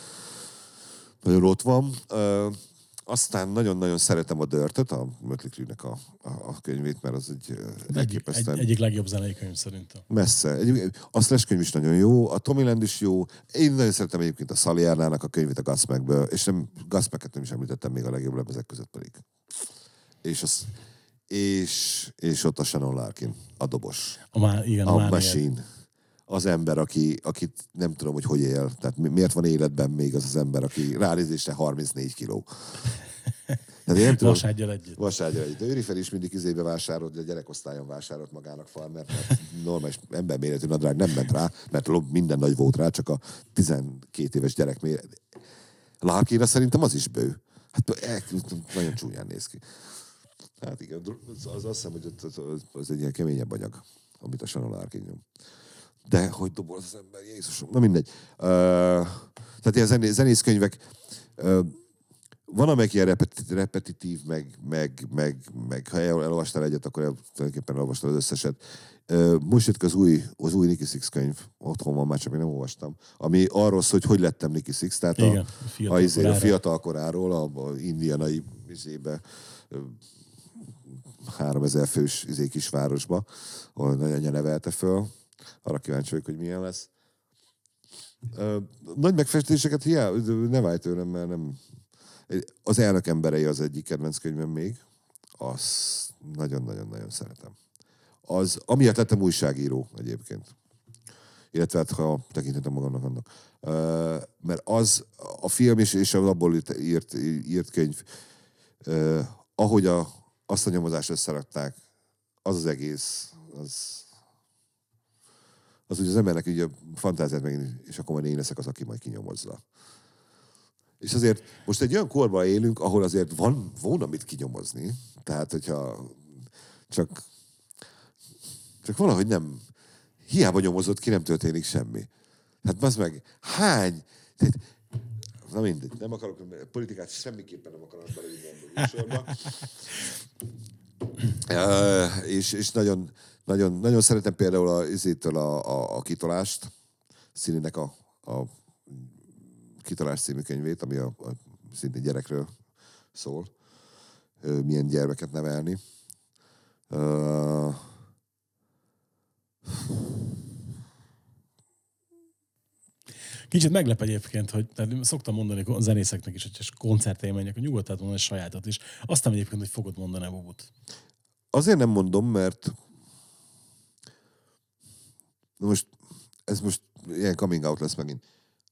nagyon ott van. Aztán nagyon-nagyon szeretem a Dirtet, a Mötley Crüe-nek a könyvét, mert az egy elképesztően... Egyik legjobb zenei könyv szerintem. Messze. A Slash könyv is nagyon jó, a Tomyland is jó. Én nagyon szeretem egyébként a Saliernának a könyvét a Godsmackből, és Godsmacket nem is említettem még a legjobb lemezek között pedig. És ott a Shannon Larkin, a dobos. A Machine. Az ember, akit nem tudom, hogy él. Tehát miért van életben még az ember, aki ránézésre 34 kiló. Vasárgyal együtt. De Őri Feri is mindig izébe vásárolt, a gyerekosztályon vásárolt magának farmert, mert normális emberméretű nadrág nem ment rá, mert minden nagy volt rá, csak a 12 éves gyerek méret. Larkinra szerintem az is bő. Hát nagyon csúnyán néz ki. Hát igen, azt hiszem, hogy az egy ilyen keményebb anyag, amit a Shannon Larkin nyom. De hogy dobol az ember, Jézusom, na mindegy. Tehát ilyen zenészkönyvek, van amelyik ilyen repetitív, meg ha elolvastál egyet, akkor tulajdonképpen elolvastál az összeset. Most jött az új Nicky Six könyv, otthon van már, csak még nem olvastam, ami arról szól, hogy lettem Nicky Six, tehát igen, a fiatal koráról, a indianai izébe, 3000 fős kisvárosba, ahol nagyanyja nevelte föl. Arra kíváncsi vagyok, hogy milyen lesz. Nagy megfestéseket ne válj tőlem, mert nem... Az Elnök emberei az egyik kedvenc könyvem még. Az nagyon-nagyon-nagyon szeretem. Az, amiatt lettem újságíró egyébként. Illetve hát, ha tekintetem magamnak annak. Mert az a film és az abból írt könyv, ahogy azt a nyomozást összerakták, az egész, az ugye az embernek ugye fantáziát meg, és akkor majd én leszek az, aki majd kinyomozza. És azért most egy olyan korban élünk, ahol azért volna mit kinyomozni. Tehát, hogyha csak valahogy nem, hiába nyomozott ki, nem történik semmi. Hát bazd meg, na mindegy, nem akarok, politikát semmiképpen nem akarok belevinni ebbe a műsorba. És nagyon szeretem például a Kitolást, Színinek a Kitolás című könyvét, ami szintén gyerekről szól. Milyen gyermeket nevelni. Kicsit meglep egyébként, hogy szoktam mondani a zenészeknek is, hogy koncerteim menjek, hogy nyugodtan mondani a sajátot is. Aztán egyébként, hogy fogod mondani a Bubut. Azért nem mondom, mert ez most ilyen coming out lesz megint.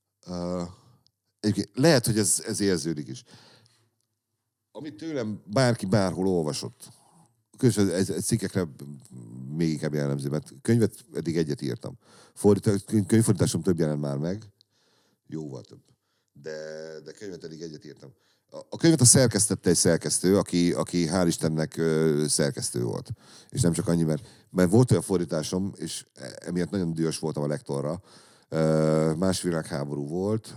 Lehet, hogy ez érződik is. Amit tőlem bárki bárhol olvasott, különösen egy cikkekre még inkább jellemző, mert könyvet eddig egyet írtam. Könyvfordításom több jelent már meg, jóval több. De könyvet eddig egyet írtam. A könyvet a szerkesztette egy szerkesztő, aki hál' Istennek szerkesztő volt. És nem csak annyi, mert volt olyan fordításom, és emiatt nagyon dühös voltam a lektorra. Más világháború volt,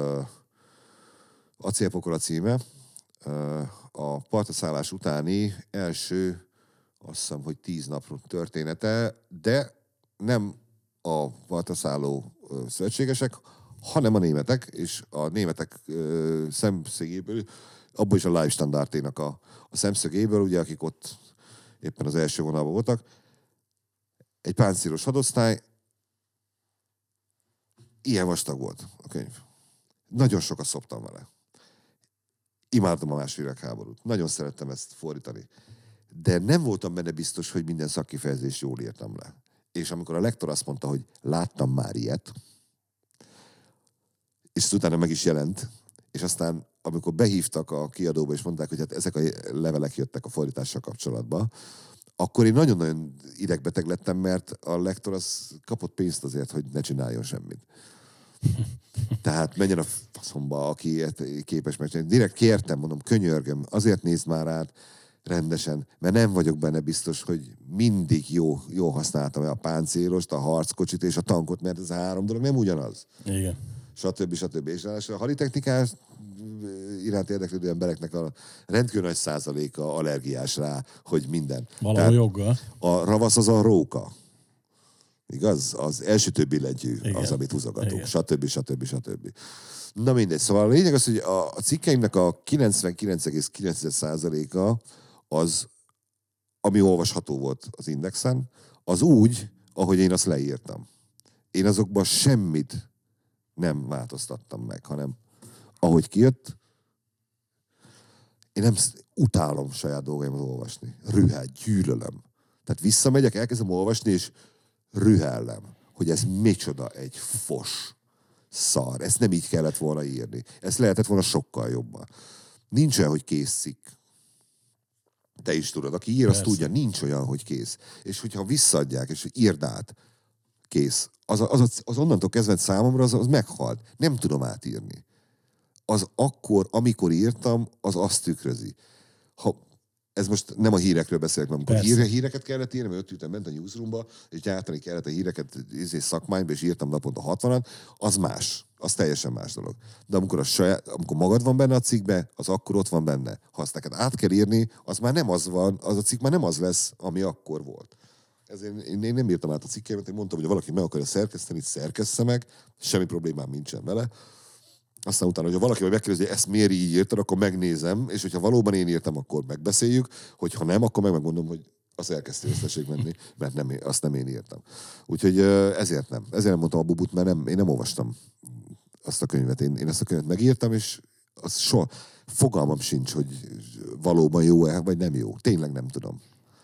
Acélpokol a címe, a partraszállás utáni első, azt hiszem, hogy 10 nap története, de nem a partraszálló szövetségesek, hanem a németek, és a németek szemszögéből, abból is a Live Standardénak a szemszögéből, ugye, akik ott éppen az első vonalban voltak, egy páncélos hadosztály, ilyen vastag volt a könyv. Nagyon sokat szoptam vele. Imádom a második világháborút. Nagyon szerettem ezt fordítani. De nem voltam benne biztos, hogy minden szakkifejezést jól írtam le. És amikor a lektor azt mondta, hogy láttam már ilyet, és utána meg is jelent, és aztán amikor behívtak a kiadóba, és mondták, hogy hát ezek a levelek jöttek a fordítással kapcsolatban, akkor én nagyon-nagyon idegbeteg lettem, mert a lektor az kapott pénzt azért, hogy ne csináljon semmit. Tehát menjen a faszomba, aki képes megcsinálni. Direkt kértem, mondom, könyörgöm, azért nézd már át rendesen, mert nem vagyok benne biztos, hogy mindig jó használtam a páncélost, a harckocsit és a tankot, mert ez a három dolog nem ugyanaz. Igen. Stb. És a haditechnikás iránt érdeklődő embereknek a rendkívül nagy százaléka allergiás rá, hogy minden. Valahol joggal. A ravasz az a róka. Igaz? Az elsütő billentyű az, amit húzogatunk. Stb. Na mindegy. Szóval a lényeg az, hogy a cikkeimnek a 99,9%-a az, ami olvasható volt az Indexen, az úgy, ahogy én azt leírtam. Én azokban semmit nem változtattam meg, hanem ahogy kijött, én nem utálom saját dolgaimat olvasni. Gyűlölöm. Tehát visszamegyek, elkezdem olvasni, és rühellem, hogy ez micsoda egy fos szar. Ezt nem így kellett volna írni. Ezt lehetett volna sokkal jobban. Nincs olyan, hogy kész cikk. Te is tudod. Aki ír, azt tudja, nincs olyan, hogy kész. És hogyha visszaadják, és írd át, kész. Az onnantól kezdve számomra az meghalt. Nem tudom átírni. Az akkor, amikor írtam, az azt tükrözi. Ez most nem a hírekről beszélek, mert amikor híreket kellett írni, mert 5 ütem ment a newsroomba, és gyártani kellett a híreket szakmányba, és írtam naponta 60-at, az más. Az teljesen más dolog. De amikor magad van benne a cikkbe, az akkor ott van benne. Ha azt neked át kell írni, az már nem az van, az a cikk már nem az lesz, ami akkor volt. Ezért én nem írtam át a cikkeimet, én mondtam, hogy valaki meg akarja szerkeszteni, szerkessze meg, semmi problémám nincsen vele. Aztán utána, hogyha valaki megkérdezi, hogy ezt miért így írtad, akkor megnézem, és hogyha valóban én írtam, akkor megbeszéljük, hogyha nem, akkor megmondom, hogy a szerkesztő tessék menni, mert azt nem én írtam. Úgyhogy ezért nem. Ezért nem mondtam a Bubut, mert én nem olvastam azt a könyvet. Én ezt a könyvet megírtam, és az soha fogalmam sincs, hogy valóban jó-e, vagy nem jó. Tényleg nem tudom.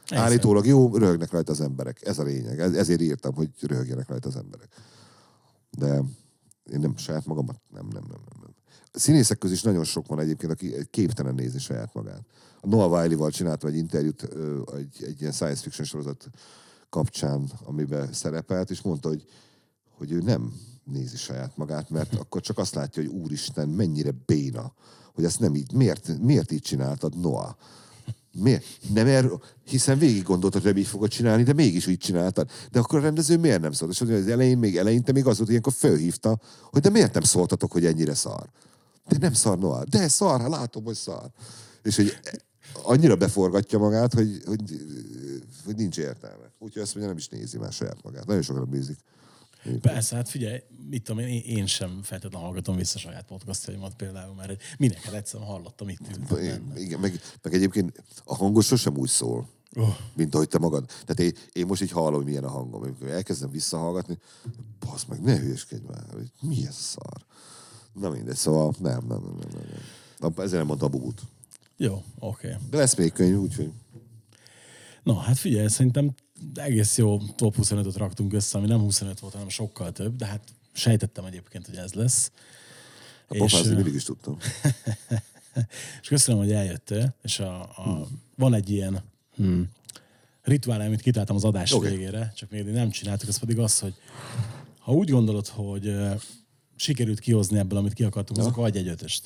Állítólag jó, röhögnek rajta az emberek. Ez a lényeg. Ezért írtam, hogy röhögjenek rajta az emberek. De én nem saját magamat, nem. A színészek közül is nagyon sok van egyébként, aki képtelen nézni saját magát. A Noah Wyle-val csináltam egy interjút egy ilyen science fiction sorozat kapcsán, amiben szerepelt, és mondta, hogy ő nem nézi saját magát, mert akkor csak azt látja, hogy úristen, mennyire béna, hogy ezt nem így, miért így csináltad, Noah? Miért? Nem hiszen végig gondoltad, hogy nem így fogod csinálni, de mégis így csináltad. De akkor a rendező miért nem szólt? És az eleinte még az volt, hogy ilyenkor fölhívta, hogy de miért nem szóltatok, hogy ennyire szar? De nem szar, Noah. De szar, hát látom, hogy szar. És hogy annyira beforgatja magát, hogy nincs értelme. Úgyhogy azt mondja, nem is nézi már saját magát. Nagyon sokan nézik. Persze, hát figyelj, mit tudom én sem feltétlenül hallgatom vissza saját podcastjaimat például, mert mindenket egyszerűen hallottam, itt ültem. Igen, meg egyébként a hangos sosem úgy szól, mint ahogy te magad. Tehát én most így hallom, hogy milyen a hangom. Amikor elkezdem visszahallgatni, basz meg, ne hülyeskedj már, hogy mi ez a szar. Na mindegy, szóval nem. Ezért nem mondta a bubut. Jó, oké. De lesz még könyv, úgyhogy... Na, hát figyelj, szerintem egész jó top 25-öt raktunk össze, ami nem 25 volt, hanem sokkal több, de hát sejtettem egyébként, hogy ez lesz. A pofázni mindig is tudtam. És köszönöm, hogy eljöttél, és van egy ilyen rituál, amit kitáltam az adás végére, csak még nem csináltuk, ez pedig az, hogy ha úgy gondolod, hogy sikerült kihozni ebből, amit ki akartunk, azok adj egy 5-öst.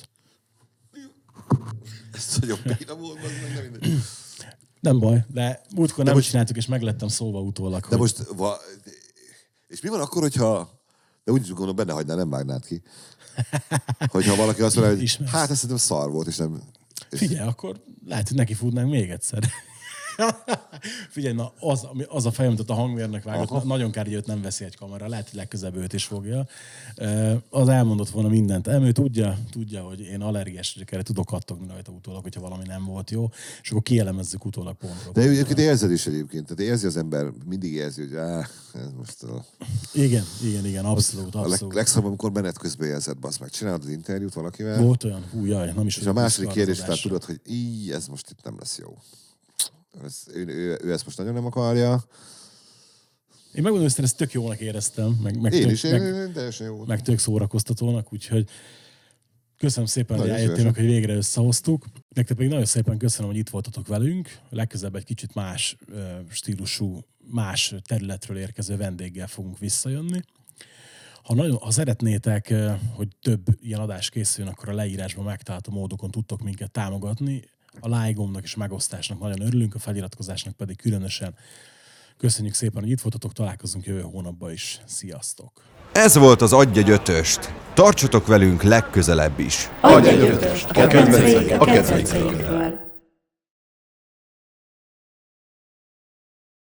Ez nagyon béna volt, nem mindegy. Nem baj, de múltkor nem csináltuk, és meglettem szóval utólag. De most... És mi van akkor, hogyha... De úgy gondolom, benne hagynál, nem vágnád ki. Hogyha valaki azt mondja, hogy hát ez szerintem szar volt, és nem... Figyelj, akkor lehet, hogy neki futnánk még egyszer. Figyelj, na az a fejem, amit a hangmérnök vágott, nagyon kár, hogy őt nem veszi egy kamera, lehet, hogy legközelebb őt is fogja. Az elmondott volna mindent. Ő tudja, hogy én allergiás vagyok, erre tudok kattogni rajta utólag, hogyha valami nem volt jó, és akkor kielemezzük utólag pontot. De egyébként érzed is egyébként. Tehát érzi az ember, mindig érzi, hogy ez most... Igen, abszolút. Legszabban, amikor menet közben érzed, basz meg. Csinálod az interjút valakivel. Volt olyan, nem is. És a második kérdés után tudod, hogy ez most itt nem lesz jó. Ő ezt most nagyon nem akarja. Én megmondom, hogy ezt tök jónak éreztem. Teljesen jó. Meg tök szórakoztatónak, úgyhogy köszönöm szépen, hogy eljöttél, hogy végre összehoztuk. Nektek pedig nagyon szépen köszönöm, hogy itt voltatok velünk. Legközelebb egy kicsit más stílusú, más területről érkező vendéggel fogunk visszajönni. Ha szeretnétek, hogy több ilyen adás készüljön, akkor a leírásban megtalálható módokon tudtok minket támogatni. A like gombnak és a megosztásnak nagyon örülünk, a feliratkozásnak pedig különösen. Köszönjük szépen, hogy itt voltatok, találkozunk jövő hónapban is. Sziasztok! Ez volt az Adj egy ötöst. Tartsatok velünk legközelebb is. Adj egy ötöst! A kedvenceinkről.